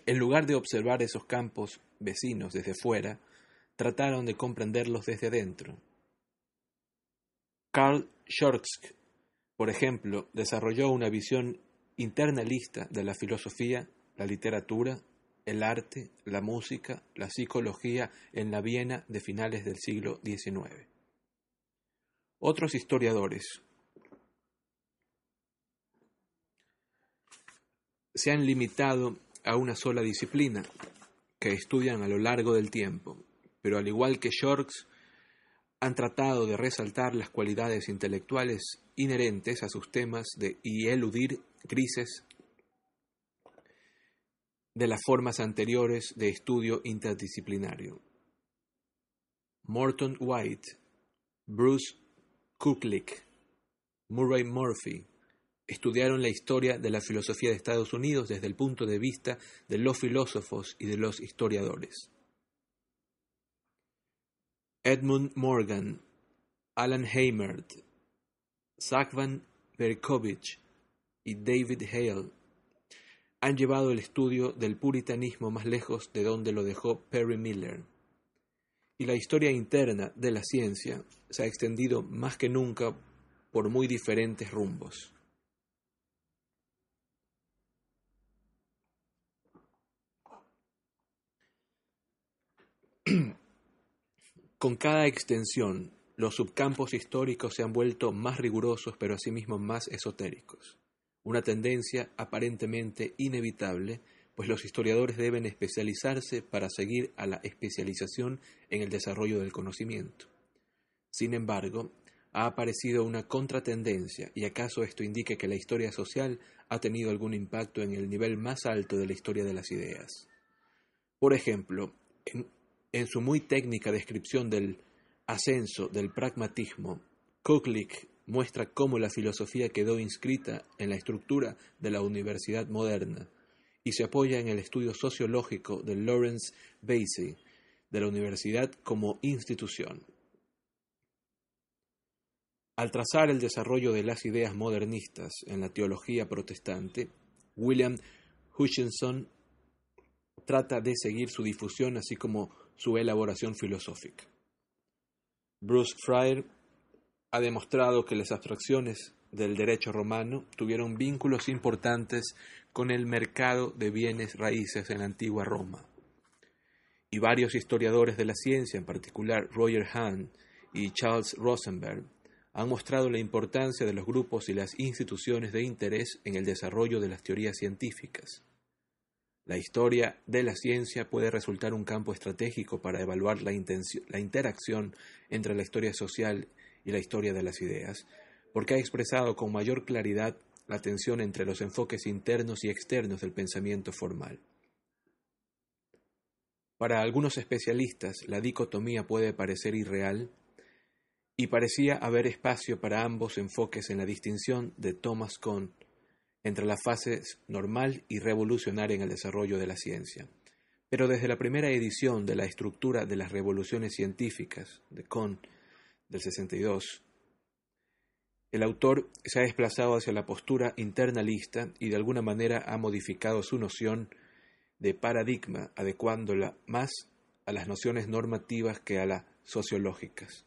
En lugar de observar esos campos vecinos desde fuera, trataron de comprenderlos desde adentro. Karl Schorsk, por ejemplo, desarrolló una visión internalista de la filosofía, la literatura, el arte, la música, la psicología en la Viena de finales del siglo XIX. Otros historiadores se han limitado a una sola disciplina que estudian a lo largo del tiempo, pero al igual que Schorsk, han tratado de resaltar las cualidades intelectuales inherentes a sus temas y eludir grises de las formas anteriores de estudio interdisciplinario. Morton White, Bruce Kulick, Murray Murphy estudiaron la historia de la filosofía de Estados Unidos desde el punto de vista de los filósofos y de los historiadores. Edmund Morgan, Alan Heimert, Zachvan Berkovich y David Hale han llevado el estudio del puritanismo más lejos de donde lo dejó Perry Miller. Y la historia interna de la ciencia se ha extendido más que nunca por muy diferentes rumbos. Con cada extensión, los subcampos históricos se han vuelto más rigurosos, pero asimismo más esotéricos. Una tendencia aparentemente inevitable, pues los historiadores deben especializarse para seguir a la especialización en el desarrollo del conocimiento. Sin embargo, ha aparecido una contratendencia, y acaso esto indique que la historia social ha tenido algún impacto en el nivel más alto de la historia de las ideas. Por ejemplo, en su muy técnica descripción del ascenso del pragmatismo, Kulick muestra cómo la filosofía quedó inscrita en la estructura de la universidad moderna y se apoya en el estudio sociológico de Lawrence Basey de la universidad como institución. Al trazar el desarrollo de las ideas modernistas en la teología protestante, William Hutchinson trata de seguir su difusión así como su elaboración filosófica. Bruce Fryer ha demostrado que las abstracciones del derecho romano tuvieron vínculos importantes con el mercado de bienes raíces en la antigua Roma. Y varios historiadores de la ciencia, en particular Roger Hahn y Charles Rosenberg, han mostrado la importancia de los grupos y las instituciones de interés en el desarrollo de las teorías científicas. La historia de la ciencia puede resultar un campo estratégico para evaluar la interacción entre la historia social y la historia de las ideas, porque ha expresado con mayor claridad la tensión entre los enfoques internos y externos del pensamiento formal. Para algunos especialistas, la dicotomía puede parecer irreal, y parecía haber espacio para ambos enfoques en la distinción de Thomas Kuhn entre la fase normal y revolucionaria en el desarrollo de la ciencia. Pero desde la primera edición de la estructura de las revoluciones científicas de Kuhn del 62, el autor se ha desplazado hacia la postura internalista y de alguna manera ha modificado su noción de paradigma, adecuándola más a las nociones normativas que a las sociológicas.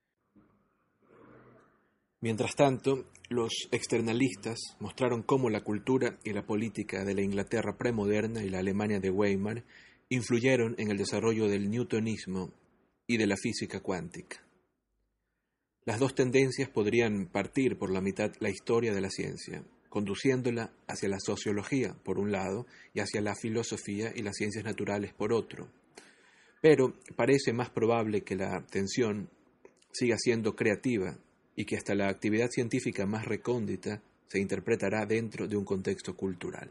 Mientras tanto, los externalistas mostraron cómo la cultura y la política de la Inglaterra premoderna y la Alemania de Weimar influyeron en el desarrollo del newtonismo y de la física cuántica. Las dos tendencias podrían partir por la mitad la historia de la ciencia, conduciéndola hacia la sociología por un lado y hacia la filosofía y las ciencias naturales por otro. Pero parece más probable que la tensión siga siendo creativa y que hasta la actividad científica más recóndita se interpretará dentro de un contexto cultural.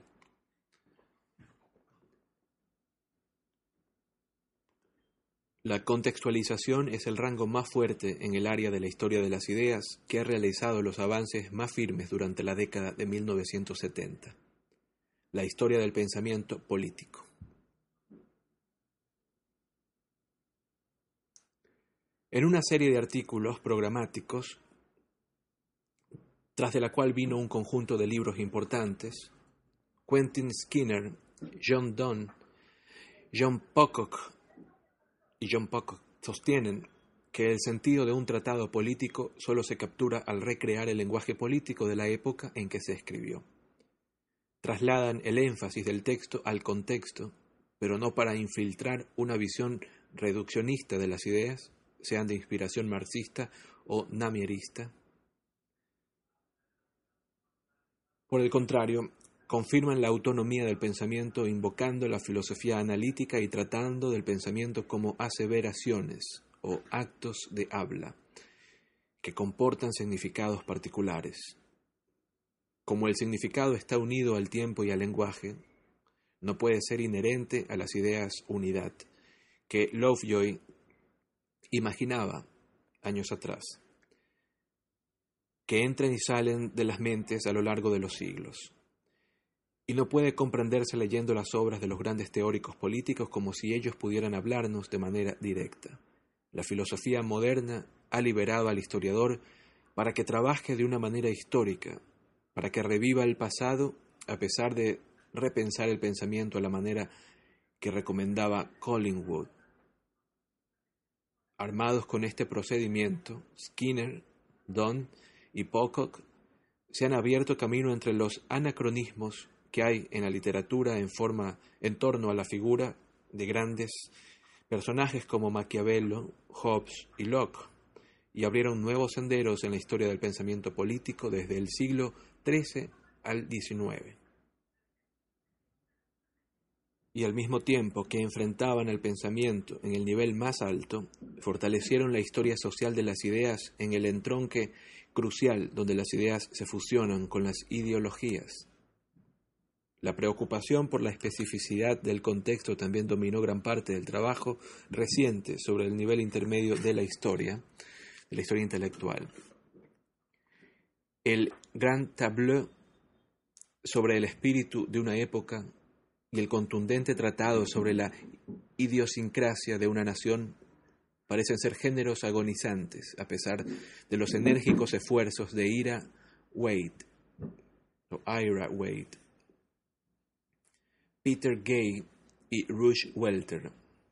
La contextualización es el rango más fuerte en el área de la historia de las ideas que ha realizado los avances más firmes durante la década de 1970. La historia del pensamiento político. En una serie de artículos programáticos, tras de la cual vino un conjunto de libros importantes, Quentin Skinner John Donne, John Pocock sostienen que el sentido de un tratado político solo se captura al recrear el lenguaje político de la época en que se escribió. Trasladan el énfasis del texto al contexto, pero no para infiltrar una visión reduccionista de las ideas, sean de inspiración marxista o namierista. Por el contrario, confirman la autonomía del pensamiento invocando la filosofía analítica y tratando del pensamiento como aseveraciones o actos de habla que comportan significados particulares. Como el significado está unido al tiempo y al lenguaje, no puede ser inherente a las ideas unidad que Lovejoy imaginaba años atrás, que entran y salen de las mentes a lo largo de los siglos. Y no puede comprenderse leyendo las obras de los grandes teóricos políticos como si ellos pudieran hablarnos de manera directa. La filosofía moderna ha liberado al historiador para que trabaje de una manera histórica, para que reviva el pasado a pesar de repensar el pensamiento a la manera que recomendaba Collingwood. Armados con este procedimiento, Skinner, Donne y Pocock se han abierto camino entre los anacronismos que hay en la literatura en torno a la figura de grandes personajes como Maquiavelo, Hobbes y Locke, y abrieron nuevos senderos en la historia del pensamiento político desde el siglo XIII al XIX. Y al mismo tiempo que enfrentaban el pensamiento en el nivel más alto, fortalecieron la historia social de las ideas en el entronque crucial donde las ideas se fusionan con las ideologías. La preocupación por la especificidad del contexto también dominó gran parte del trabajo reciente sobre el nivel intermedio de la historia intelectual. El Grand Tableau sobre el espíritu de una época y el contundente tratado sobre la idiosincrasia de una nación parecen ser géneros agonizantes a pesar de los enérgicos esfuerzos de Ira Wade, Peter Gay y Rush Welter.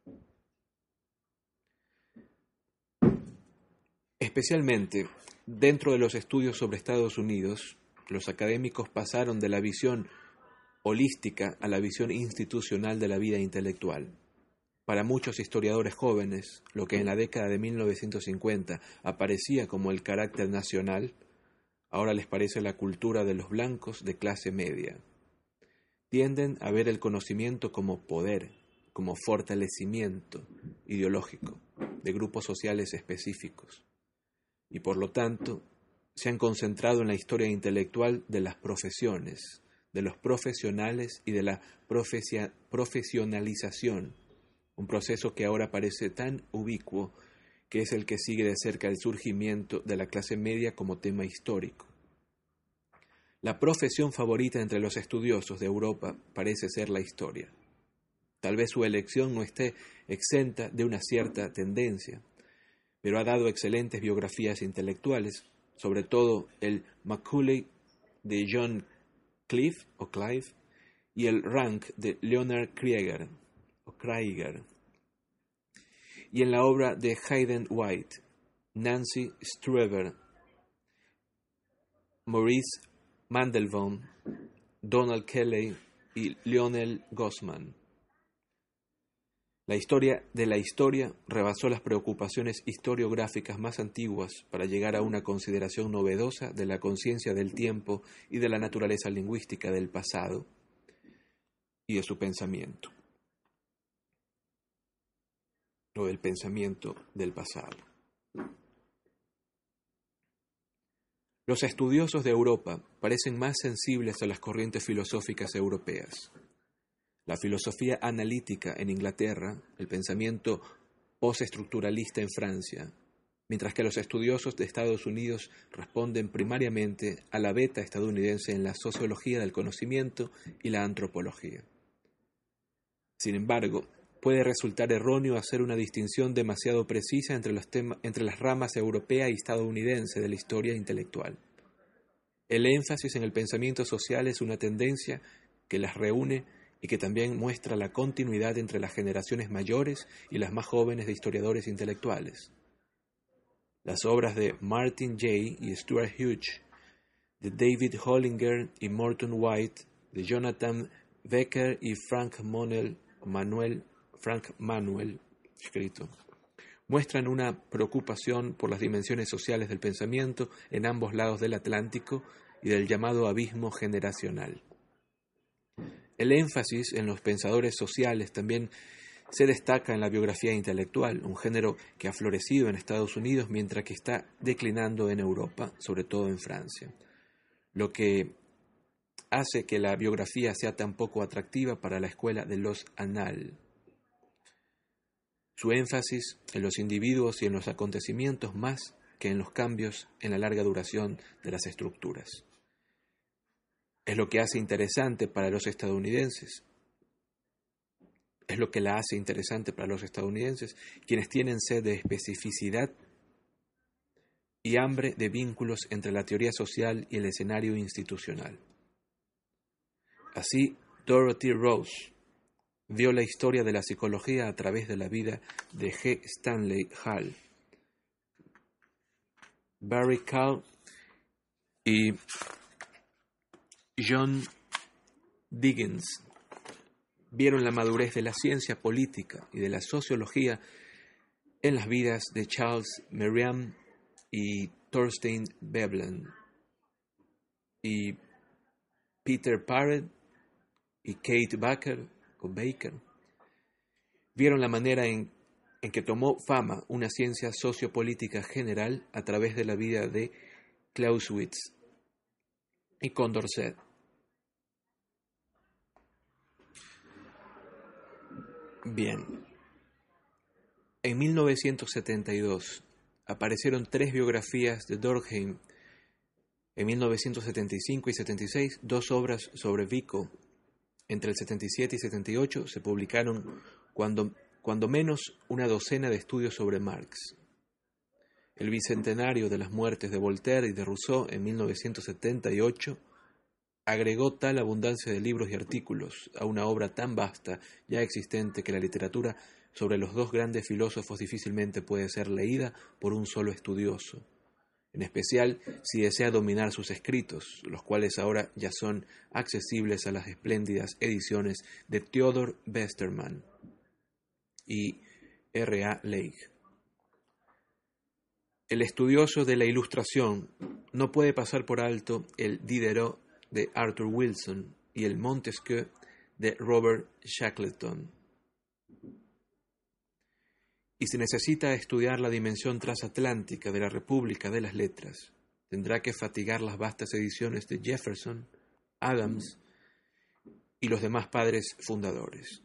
Especialmente dentro de los estudios sobre Estados Unidos, los académicos pasaron de la visión holística a la visión institucional de la vida intelectual. Para muchos historiadores jóvenes, lo que en la década de 1950 aparecía como el carácter nacional, ahora les parece la cultura de los blancos de clase media. Tienden a ver el conocimiento como poder, como fortalecimiento ideológico de grupos sociales específicos, y por lo tanto se han concentrado en la historia intelectual de las profesiones, de los profesionales y de la profesionalización, un proceso que ahora parece tan ubicuo que es el que sigue de cerca el surgimiento de la clase media como tema histórico. La profesión favorita entre los estudiosos de Europa parece ser la historia. Tal vez su elección no esté exenta de una cierta tendencia, pero ha dado excelentes biografías intelectuales, sobre todo el Macaulay de John Clive y el Rank de Leonard Krieger, y en la obra de Hayden White, Nancy Struever, Maurice Mandelbaum, Donald Kelley y Lionel Gossman. La historia de la historia rebasó las preocupaciones historiográficas más antiguas para llegar a una consideración novedosa de la conciencia del tiempo y de la naturaleza lingüística del pasado y de su pensamiento, o del pensamiento del pasado. Los estudiosos de Europa parecen más sensibles a las corrientes filosóficas europeas. La filosofía analítica en Inglaterra, el pensamiento postestructuralista en Francia, mientras que los estudiosos de Estados Unidos responden primariamente a la beta estadounidense en la sociología del conocimiento y la antropología. Sin embargo, puede resultar erróneo hacer una distinción demasiado precisa entre las ramas europea y estadounidense de la historia intelectual. El énfasis en el pensamiento social es una tendencia que las reúne y que también muestra la continuidad entre las generaciones mayores y las más jóvenes de historiadores intelectuales. Las obras de Martin Jay y Stuart Hughes, de David Hollinger y Morton White, de Jonathan Becker y Frank Manuel, escrito, muestran una preocupación por las dimensiones sociales del pensamiento en ambos lados del Atlántico y del llamado abismo generacional. El énfasis en los pensadores sociales también se destaca en la biografía intelectual, un género que ha florecido en Estados Unidos mientras que está declinando en Europa, sobre todo en Francia, lo que hace que la biografía sea tan poco atractiva para la escuela de los Annales. Su énfasis en los individuos y en los acontecimientos más que en los cambios en la larga duración de las estructuras. Es lo que hace interesante para los estadounidenses. Es lo que la hace interesante para los estadounidenses, quienes tienen sed de especificidad y hambre de vínculos entre la teoría social y el escenario institucional. Así, Dorothy Rose vio la historia de la psicología a través de la vida de G. Stanley Hall, Barry Call y John Dickens. Vieron la madurez de la ciencia política y de la sociología en las vidas de Charles Merriam y Thorstein Veblen y Peter Parrott y Kate Baker. Vieron la manera en que tomó fama una ciencia sociopolítica general a través de la vida de Clausewitz y Condorcet. Bien, en 1972 aparecieron 3 biografías de Durkheim. En 1975 y 76, 2 obras sobre Vico. Entre el 77 y 78 se publicaron cuando menos una docena de estudios sobre Marx. El bicentenario de las muertes de Voltaire y de Rousseau en 1978 agregó tal abundancia de libros y artículos a una obra tan vasta ya existente que la literatura sobre los 2 grandes filósofos difícilmente puede ser leída por un solo estudioso, en especial si desea dominar sus escritos, los cuales ahora ya son accesibles a las espléndidas ediciones de Theodor Westermann y R.A. Leigh. El estudioso de la Ilustración no puede pasar por alto el Diderot de Arthur Wilson y el Montesquieu de Robert Shackleton. Y si necesita estudiar la dimensión transatlántica de la República de las Letras, tendrá que fatigar las vastas ediciones de Jefferson, Adams y los demás padres fundadores.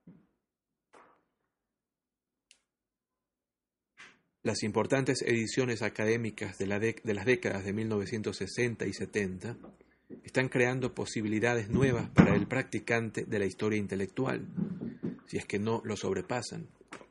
Las importantes ediciones académicas de las décadas de 1960 y 70 están creando posibilidades nuevas para el practicante de la historia intelectual, si es que no lo sobrepasan.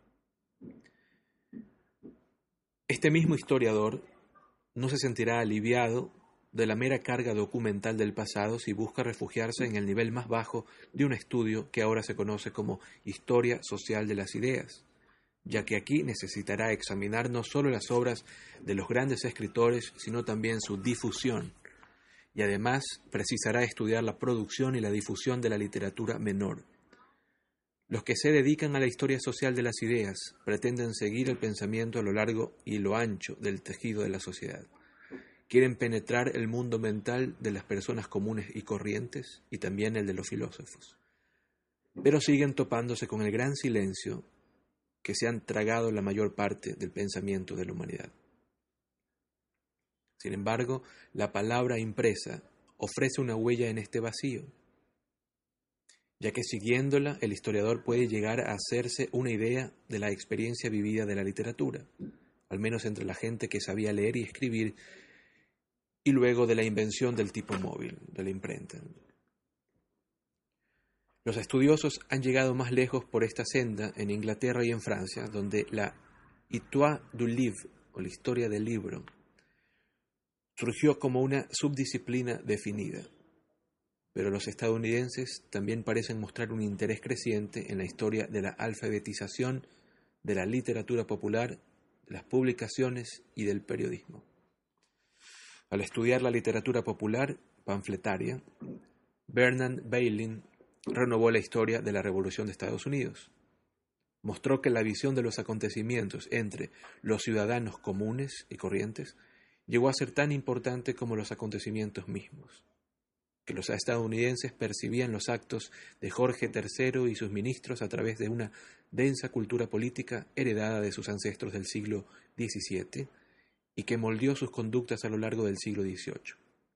Este mismo historiador no se sentirá aliviado de la mera carga documental del pasado si busca refugiarse en el nivel más bajo de un estudio que ahora se conoce como historia social de las ideas, ya que aquí necesitará examinar no solo las obras de los grandes escritores, sino también su difusión, y además precisará estudiar la producción y la difusión de la literatura menor. Los que se dedican a la historia social de las ideas pretenden seguir el pensamiento a lo largo y lo ancho del tejido de la sociedad. Quieren penetrar el mundo mental de las personas comunes y corrientes y también el de los filósofos. Pero siguen topándose con el gran silencio que se han tragado la mayor parte del pensamiento de la humanidad. Sin embargo, la palabra impresa ofrece una huella en este vacío, ya que siguiéndola el historiador puede llegar a hacerse una idea de la experiencia vivida de la literatura, al menos entre la gente que sabía leer y escribir, y luego de la invención del tipo móvil, de la imprenta. Los estudiosos han llegado más lejos por esta senda en Inglaterra y en Francia, donde la Histoire du livre, o la historia del libro, surgió como una subdisciplina definida. pero los estadounidenses también parecen mostrar un interés creciente en la historia de la alfabetización, de la literatura popular, de las publicaciones y del periodismo. Al estudiar la literatura popular panfletaria, Bernard Bailyn renovó la historia de la Revolución de Estados Unidos. Mostró que la visión de los acontecimientos entre los ciudadanos comunes y corrientes llegó a ser tan importante como los acontecimientos mismos, que los estadounidenses percibían los actos de Jorge III y sus ministros a través de una densa cultura política heredada de sus ancestros del siglo XVII y que moldeó sus conductas a lo largo del siglo XVIII.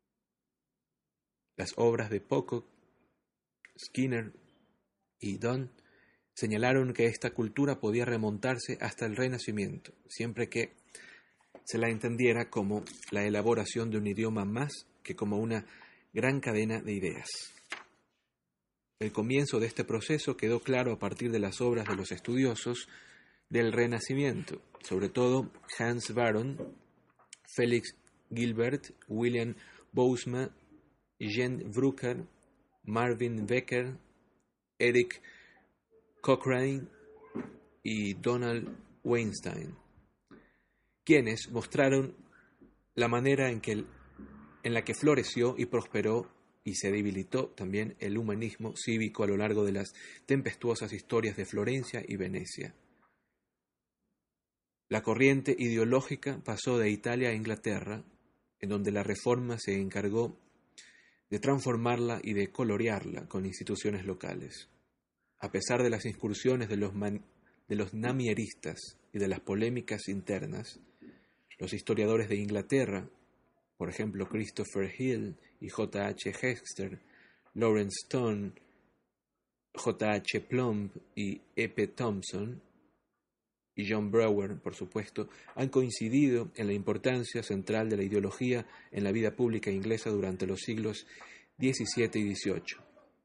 Las obras de Pocock, Skinner y Donne señalaron que esta cultura podía remontarse hasta el Renacimiento, siempre que se la entendiera como la elaboración de un idioma más que como una gran cadena de ideas. El comienzo de este proceso quedó claro a partir de las obras de los estudiosos del Renacimiento, sobre todo Hans Baron, Felix Gilbert, William Bousma, Jean Brucker, Marvin Becker, Eric Cochrane y Donald Weinstein, quienes mostraron la manera en la que floreció y prosperó y se debilitó también el humanismo cívico a lo largo de las tempestuosas historias de Florencia y Venecia. La corriente ideológica pasó de Italia a Inglaterra, en donde la Reforma se encargó de transformarla y de colorearla con instituciones locales. A pesar de las incursiones de los namieristas y de las polémicas internas, los historiadores de Inglaterra, por ejemplo Christopher Hill y J. H. Hexter, Lawrence Stone, J. H. Plumb y E. P. Thompson, y John Brower, por supuesto, han coincidido en la importancia central de la ideología en la vida pública inglesa durante los siglos XVII y XVIII.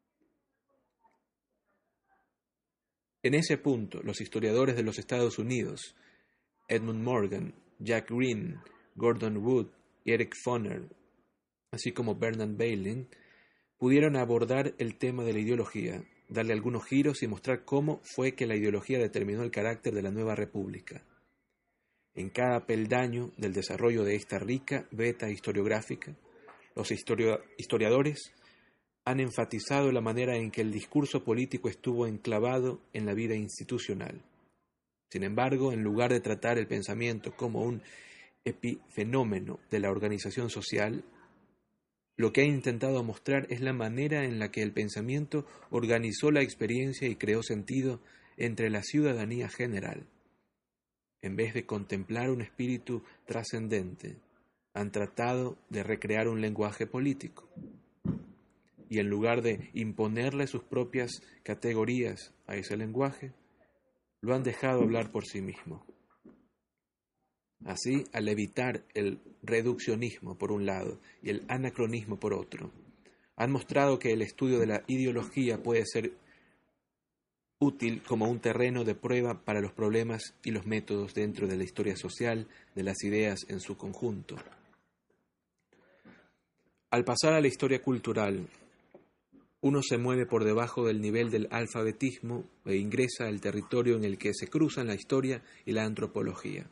En ese punto, los historiadores de los Estados Unidos, Edmund Morgan, Jack Green, Gordon Wood y Eric Foner, así como Bernard Bailyn, pudieron abordar el tema de la ideología, darle algunos giros y mostrar cómo fue que la ideología determinó el carácter de la nueva república. En cada peldaño del desarrollo de esta rica beta historiográfica, los historiadores han enfatizado la manera en que el discurso político estuvo enclavado en la vida institucional. Sin embargo, en lugar de tratar el pensamiento como un epifenómeno de la organización social, lo que ha intentado mostrar es la manera en la que el pensamiento organizó la experiencia y creó sentido entre la ciudadanía general. En vez de contemplar un espíritu trascendente, han tratado de recrear un lenguaje político. Y en lugar de imponerle sus propias categorías a ese lenguaje, lo han dejado hablar por sí mismo. Así, al evitar el reduccionismo por un lado y el anacronismo por otro, han mostrado que el estudio de la ideología puede ser útil como un terreno de prueba para los problemas y los métodos dentro de la historia social de las ideas en su conjunto. Al pasar a la historia cultural, uno se mueve por debajo del nivel del alfabetismo e ingresa al territorio en el que se cruzan la historia y la antropología.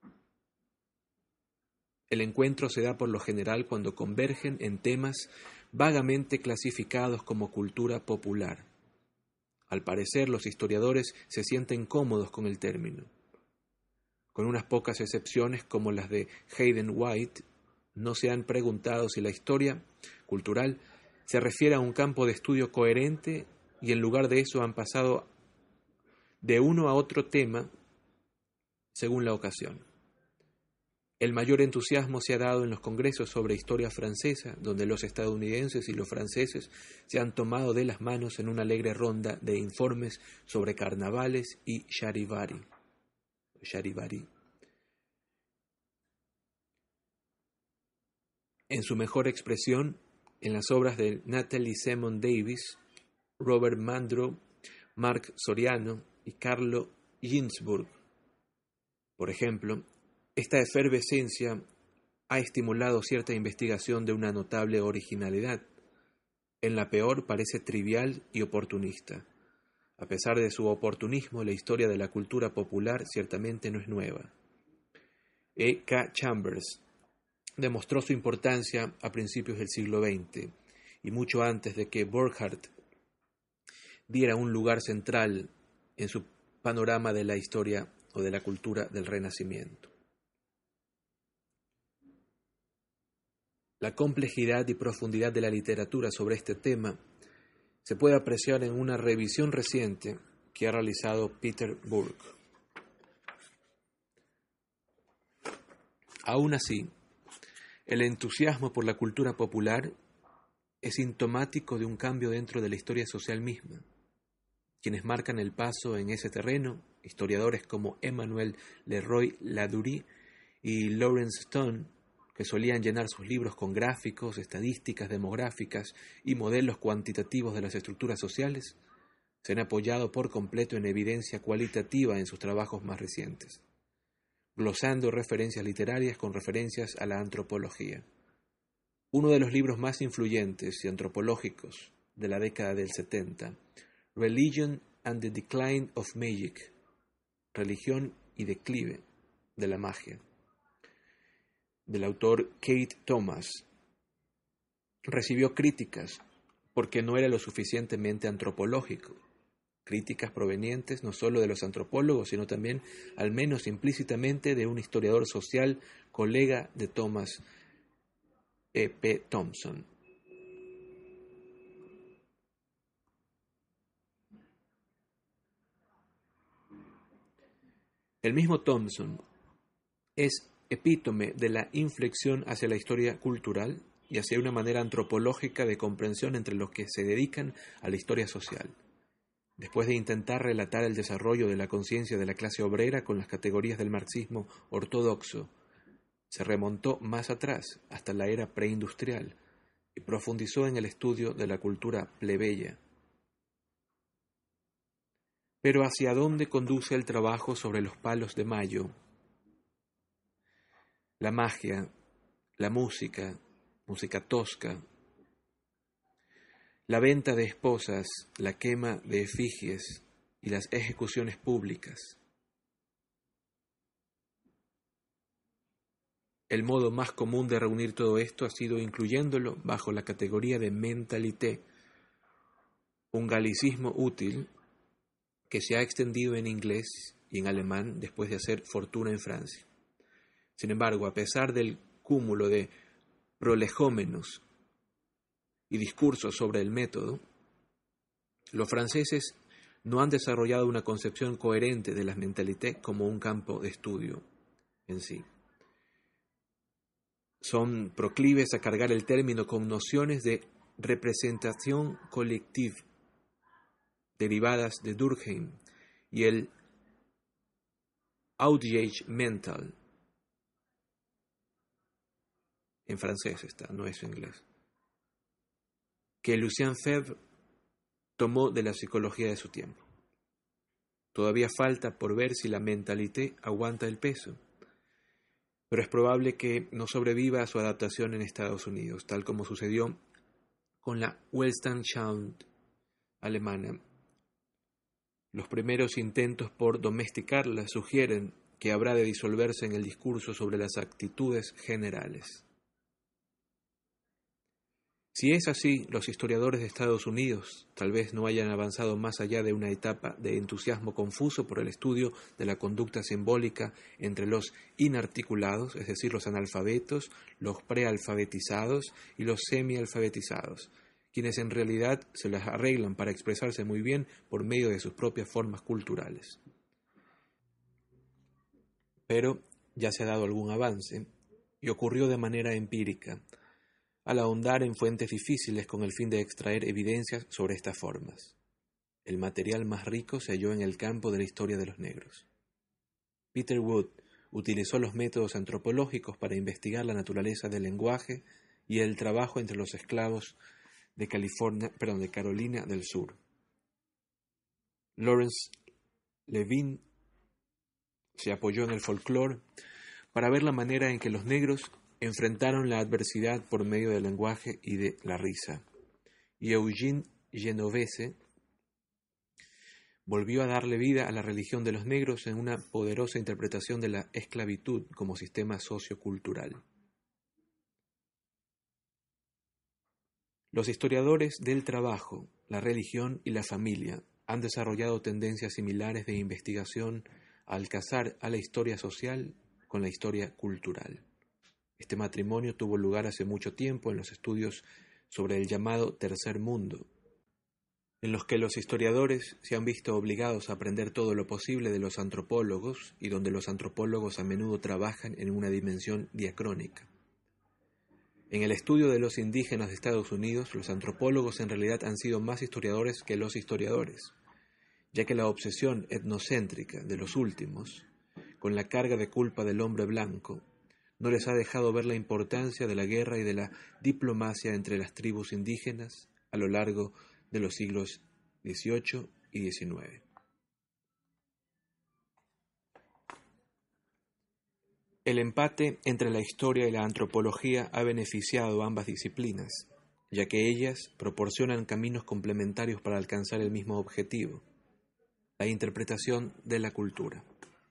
El encuentro se da por lo general cuando convergen en temas vagamente clasificados como cultura popular. Al parecer, los historiadores se sienten cómodos con el término. Con unas pocas excepciones como las de Hayden White, no se han preguntado si la historia cultural se refiere a un campo de estudio coherente y en lugar de eso han pasado de uno a otro tema según la ocasión. El mayor entusiasmo se ha dado en los congresos sobre historia francesa, donde los estadounidenses y los franceses se han tomado de las manos en una alegre ronda de informes sobre carnavales y charivari. En su mejor expresión, en las obras de Natalie Semon Davis, Robert Mandro, Marc Soriano y Carlo Ginzburg. Por ejemplo, esta efervescencia ha estimulado cierta investigación de una notable originalidad. En la peor parece trivial y oportunista. A pesar de su oportunismo, la historia de la cultura popular ciertamente no es nueva. E. K. Chambers demostró su importancia a principios del siglo XX y mucho antes de que Burckhardt diera un lugar central en su panorama de la historia o de la cultura del Renacimiento. La complejidad y profundidad de la literatura sobre este tema se puede apreciar en una revisión reciente que ha realizado Peter Burke. Aún así, el entusiasmo por la cultura popular es sintomático de un cambio dentro de la historia social misma. Quienes marcan el paso en ese terreno, historiadores como Emmanuel Leroy-Ladurie y Lawrence Stone, que solían llenar sus libros con gráficos, estadísticas demográficas y modelos cuantitativos de las estructuras sociales, se han apoyado por completo en evidencia cualitativa en sus trabajos más recientes, glosando referencias literarias con referencias a la antropología. Uno de los libros más influyentes y antropológicos de la década del 70, Religion and the Decline of Magic, Religión y declive de la magia, del autor Kate Thomas, recibió críticas porque no era lo suficientemente antropológico, críticas provenientes no solo de los antropólogos, sino también, al menos implícitamente, de un historiador social, colega de Thomas, E. P. Thompson. El mismo Thompson es epítome de la inflexión hacia la historia cultural y hacia una manera antropológica de comprensión entre los que se dedican a la historia social. Después de intentar relatar el desarrollo de la conciencia de la clase obrera con las categorías del marxismo ortodoxo, se remontó más atrás, hasta la era preindustrial, y profundizó en el estudio de la cultura plebeya. Pero ¿hacia dónde conduce el trabajo sobre los palos de mayo? La magia, la música tosca, la venta de esposas, la quema de efigies y las ejecuciones públicas. El modo más común de reunir todo esto ha sido incluyéndolo bajo la categoría de mentalité, un galicismo útil que se ha extendido en inglés y en alemán después de hacer fortuna en Francia. Sin embargo, a pesar del cúmulo de prolegómenos y discursos sobre el método, los franceses no han desarrollado una concepción coherente de la mentalité como un campo de estudio en sí. Son proclives a cargar el término con nociones de representación colective, derivadas de Durkheim, y el outrage mental. En francés está, no es en inglés. Que Lucien Febvre tomó de la psicología de su tiempo. Todavía falta por ver si la mentalité aguanta el peso, pero es probable que no sobreviva a su adaptación en Estados Unidos, tal como sucedió con la Weltanschauung alemana. Los primeros intentos por domesticarla sugieren que habrá de disolverse en el discurso sobre las actitudes generales. Si es así, los historiadores de Estados Unidos tal vez no hayan avanzado más allá de una etapa de entusiasmo confuso por el estudio de la conducta simbólica entre los inarticulados, es decir, los analfabetos, los prealfabetizados y los semialfabetizados, quienes en realidad se las arreglan para expresarse muy bien por medio de sus propias formas culturales. Pero ya se ha dado algún avance, y ocurrió de manera empírica, al ahondar en fuentes difíciles con el fin de extraer evidencias sobre estas formas. El material más rico se halló en el campo de la historia de los negros. Peter Wood utilizó los métodos antropológicos para investigar la naturaleza del lenguaje y el trabajo entre los esclavos de Carolina del Sur. Lawrence Levin se apoyó en el folclore para ver la manera en que los negros enfrentaron la adversidad por medio del lenguaje y de la risa, y Eugene Genovese volvió a darle vida a la religión de los negros en una poderosa interpretación de la esclavitud como sistema sociocultural. Los historiadores del trabajo, la religión y la familia han desarrollado tendencias similares de investigación al casar a la historia social con la historia cultural. Este matrimonio tuvo lugar hace mucho tiempo en los estudios sobre el llamado Tercer Mundo, en los que los historiadores se han visto obligados a aprender todo lo posible de los antropólogos y donde los antropólogos a menudo trabajan en una dimensión diacrónica. En el estudio de los indígenas de Estados Unidos, los antropólogos en realidad han sido más historiadores que los historiadores, ya que la obsesión etnocéntrica de los últimos, con la carga de culpa del hombre blanco, no les ha dejado ver la importancia de la guerra y de la diplomacia entre las tribus indígenas a lo largo de los siglos XVIII y XIX. El empate entre la historia y la antropología ha beneficiado a ambas disciplinas, ya que ellas proporcionan caminos complementarios para alcanzar el mismo objetivo, la interpretación de la cultura.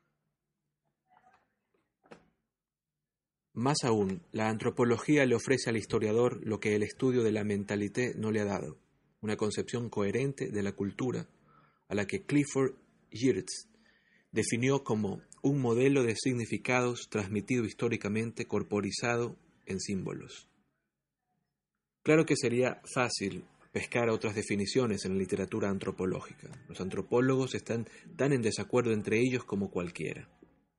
Más aún, la antropología le ofrece al historiador lo que el estudio de la mentalité no le ha dado, una concepción coherente de la cultura, a la que Clifford Geertz definió como un modelo de significados transmitido históricamente corporizado en símbolos. Claro que sería fácil pescar otras definiciones en la literatura antropológica. Los antropólogos están tan en desacuerdo entre ellos como cualquiera.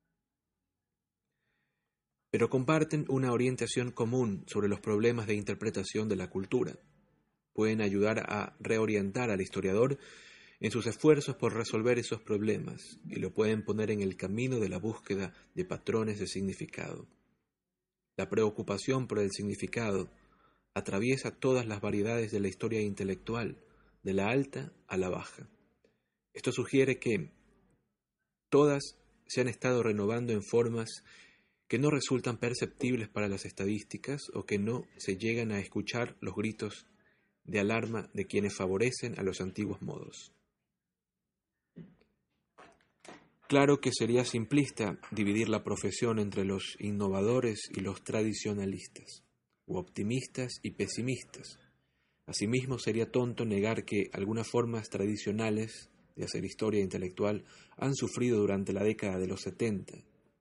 Pero comparten una orientación común sobre los problemas de interpretación de la cultura. Pueden ayudar a reorientar al historiador en sus esfuerzos por resolver esos problemas y lo pueden poner en el camino de la búsqueda de patrones de significado. La preocupación por el significado atraviesa todas las variedades de la historia intelectual, de la alta a la baja. Esto sugiere que todas se han estado renovando en formas que no resultan perceptibles para las estadísticas o que no se llegan a escuchar los gritos de alarma de quienes favorecen a los antiguos modos. Claro que sería simplista dividir la profesión entre los innovadores y los tradicionalistas, u optimistas y pesimistas. Asimismo, sería tonto negar que algunas formas tradicionales de hacer historia intelectual han sufrido durante la década de los 70.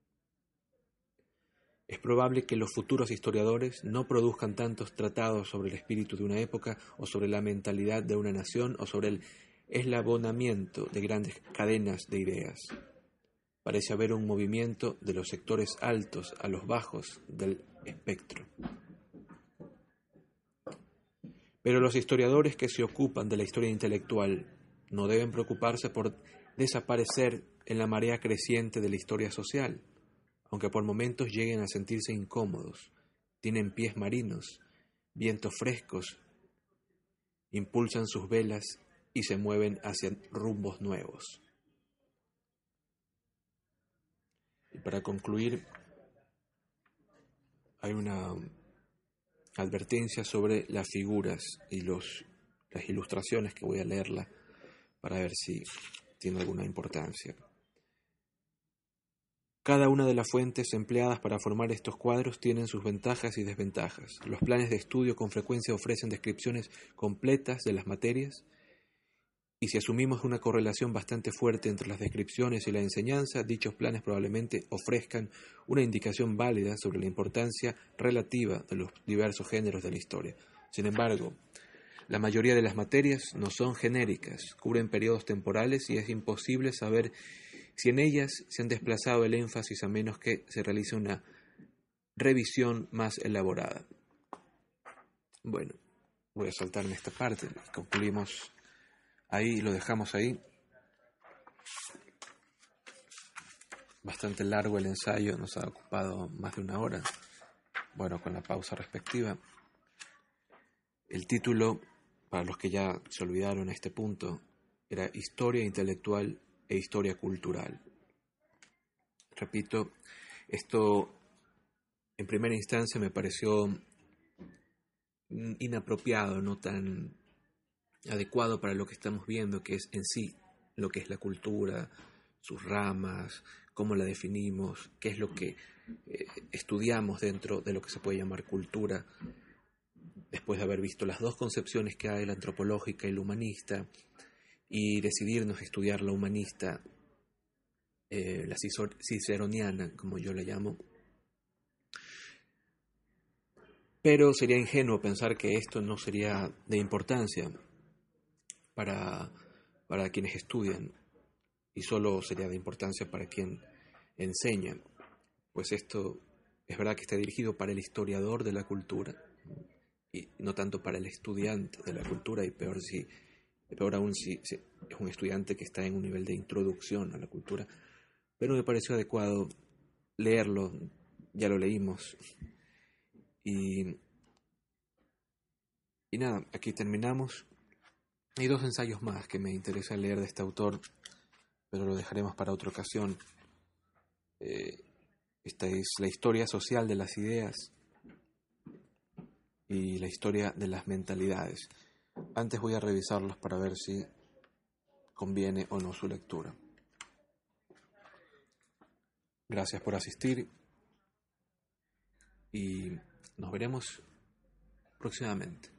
Es probable que los futuros historiadores no produzcan tantos tratados sobre el espíritu de una época o sobre la mentalidad de una nación o sobre el eslabonamiento de grandes cadenas de ideas. Parece haber un movimiento de los sectores altos a los bajos del espectro. Pero los historiadores que se ocupan de la historia intelectual no deben preocuparse por desaparecer en la marea creciente de la historia social, aunque por momentos lleguen a sentirse incómodos, tienen pies marinos, vientos frescos, impulsan sus velas y se mueven hacia rumbos nuevos. Y para concluir, hay una advertencia sobre las figuras y las ilustraciones que voy a leerla para ver si tiene alguna importancia. Cada una de las fuentes empleadas para formar estos cuadros tienen sus ventajas y desventajas. Los planes de estudio con frecuencia ofrecen descripciones completas de las materias, y si asumimos una correlación bastante fuerte entre las descripciones y la enseñanza, dichos planes probablemente ofrezcan una indicación válida sobre la importancia relativa de los diversos géneros de la historia. Sin embargo, la mayoría de las materias no son genéricas, cubren periodos temporales y es imposible saber si en ellas se han desplazado el énfasis a menos que se realice una revisión más elaborada. Bueno, voy a saltarme esta parte y concluimos ahí, lo dejamos ahí. Bastante largo el ensayo, nos ha ocupado más de una hora. Bueno, con la pausa respectiva. El título, para los que ya se olvidaron a este punto, era Historia intelectual e historia cultural. Repito, esto en primera instancia me pareció inapropiado, no tan adecuado para lo que estamos viendo, que es en sí lo que es la cultura, sus ramas, cómo la definimos, qué es lo que estudiamos dentro de lo que se puede llamar cultura, después de haber visto las dos concepciones que hay, la antropológica y la humanista, y decidirnos a estudiar la humanista, la ciceroniana, como yo la llamo. Pero sería ingenuo pensar que esto no sería de importancia para quienes estudian, y solo sería de importancia para quien enseña, pues esto es verdad que está dirigido para el historiador de la cultura y no tanto para el estudiante de la cultura, y peor aún si es un estudiante que está en un nivel de introducción a la cultura. Pero me pareció adecuado leerlo, ya lo leímos, y, y nada, aquí terminamos. Hay dos ensayos más que me interesa leer de este autor, pero lo dejaremos para otra ocasión. Esta es la historia social de las ideas y la historia de las mentalidades. Antes voy a revisarlos para ver si conviene o no su lectura. Gracias por asistir y nos veremos próximamente.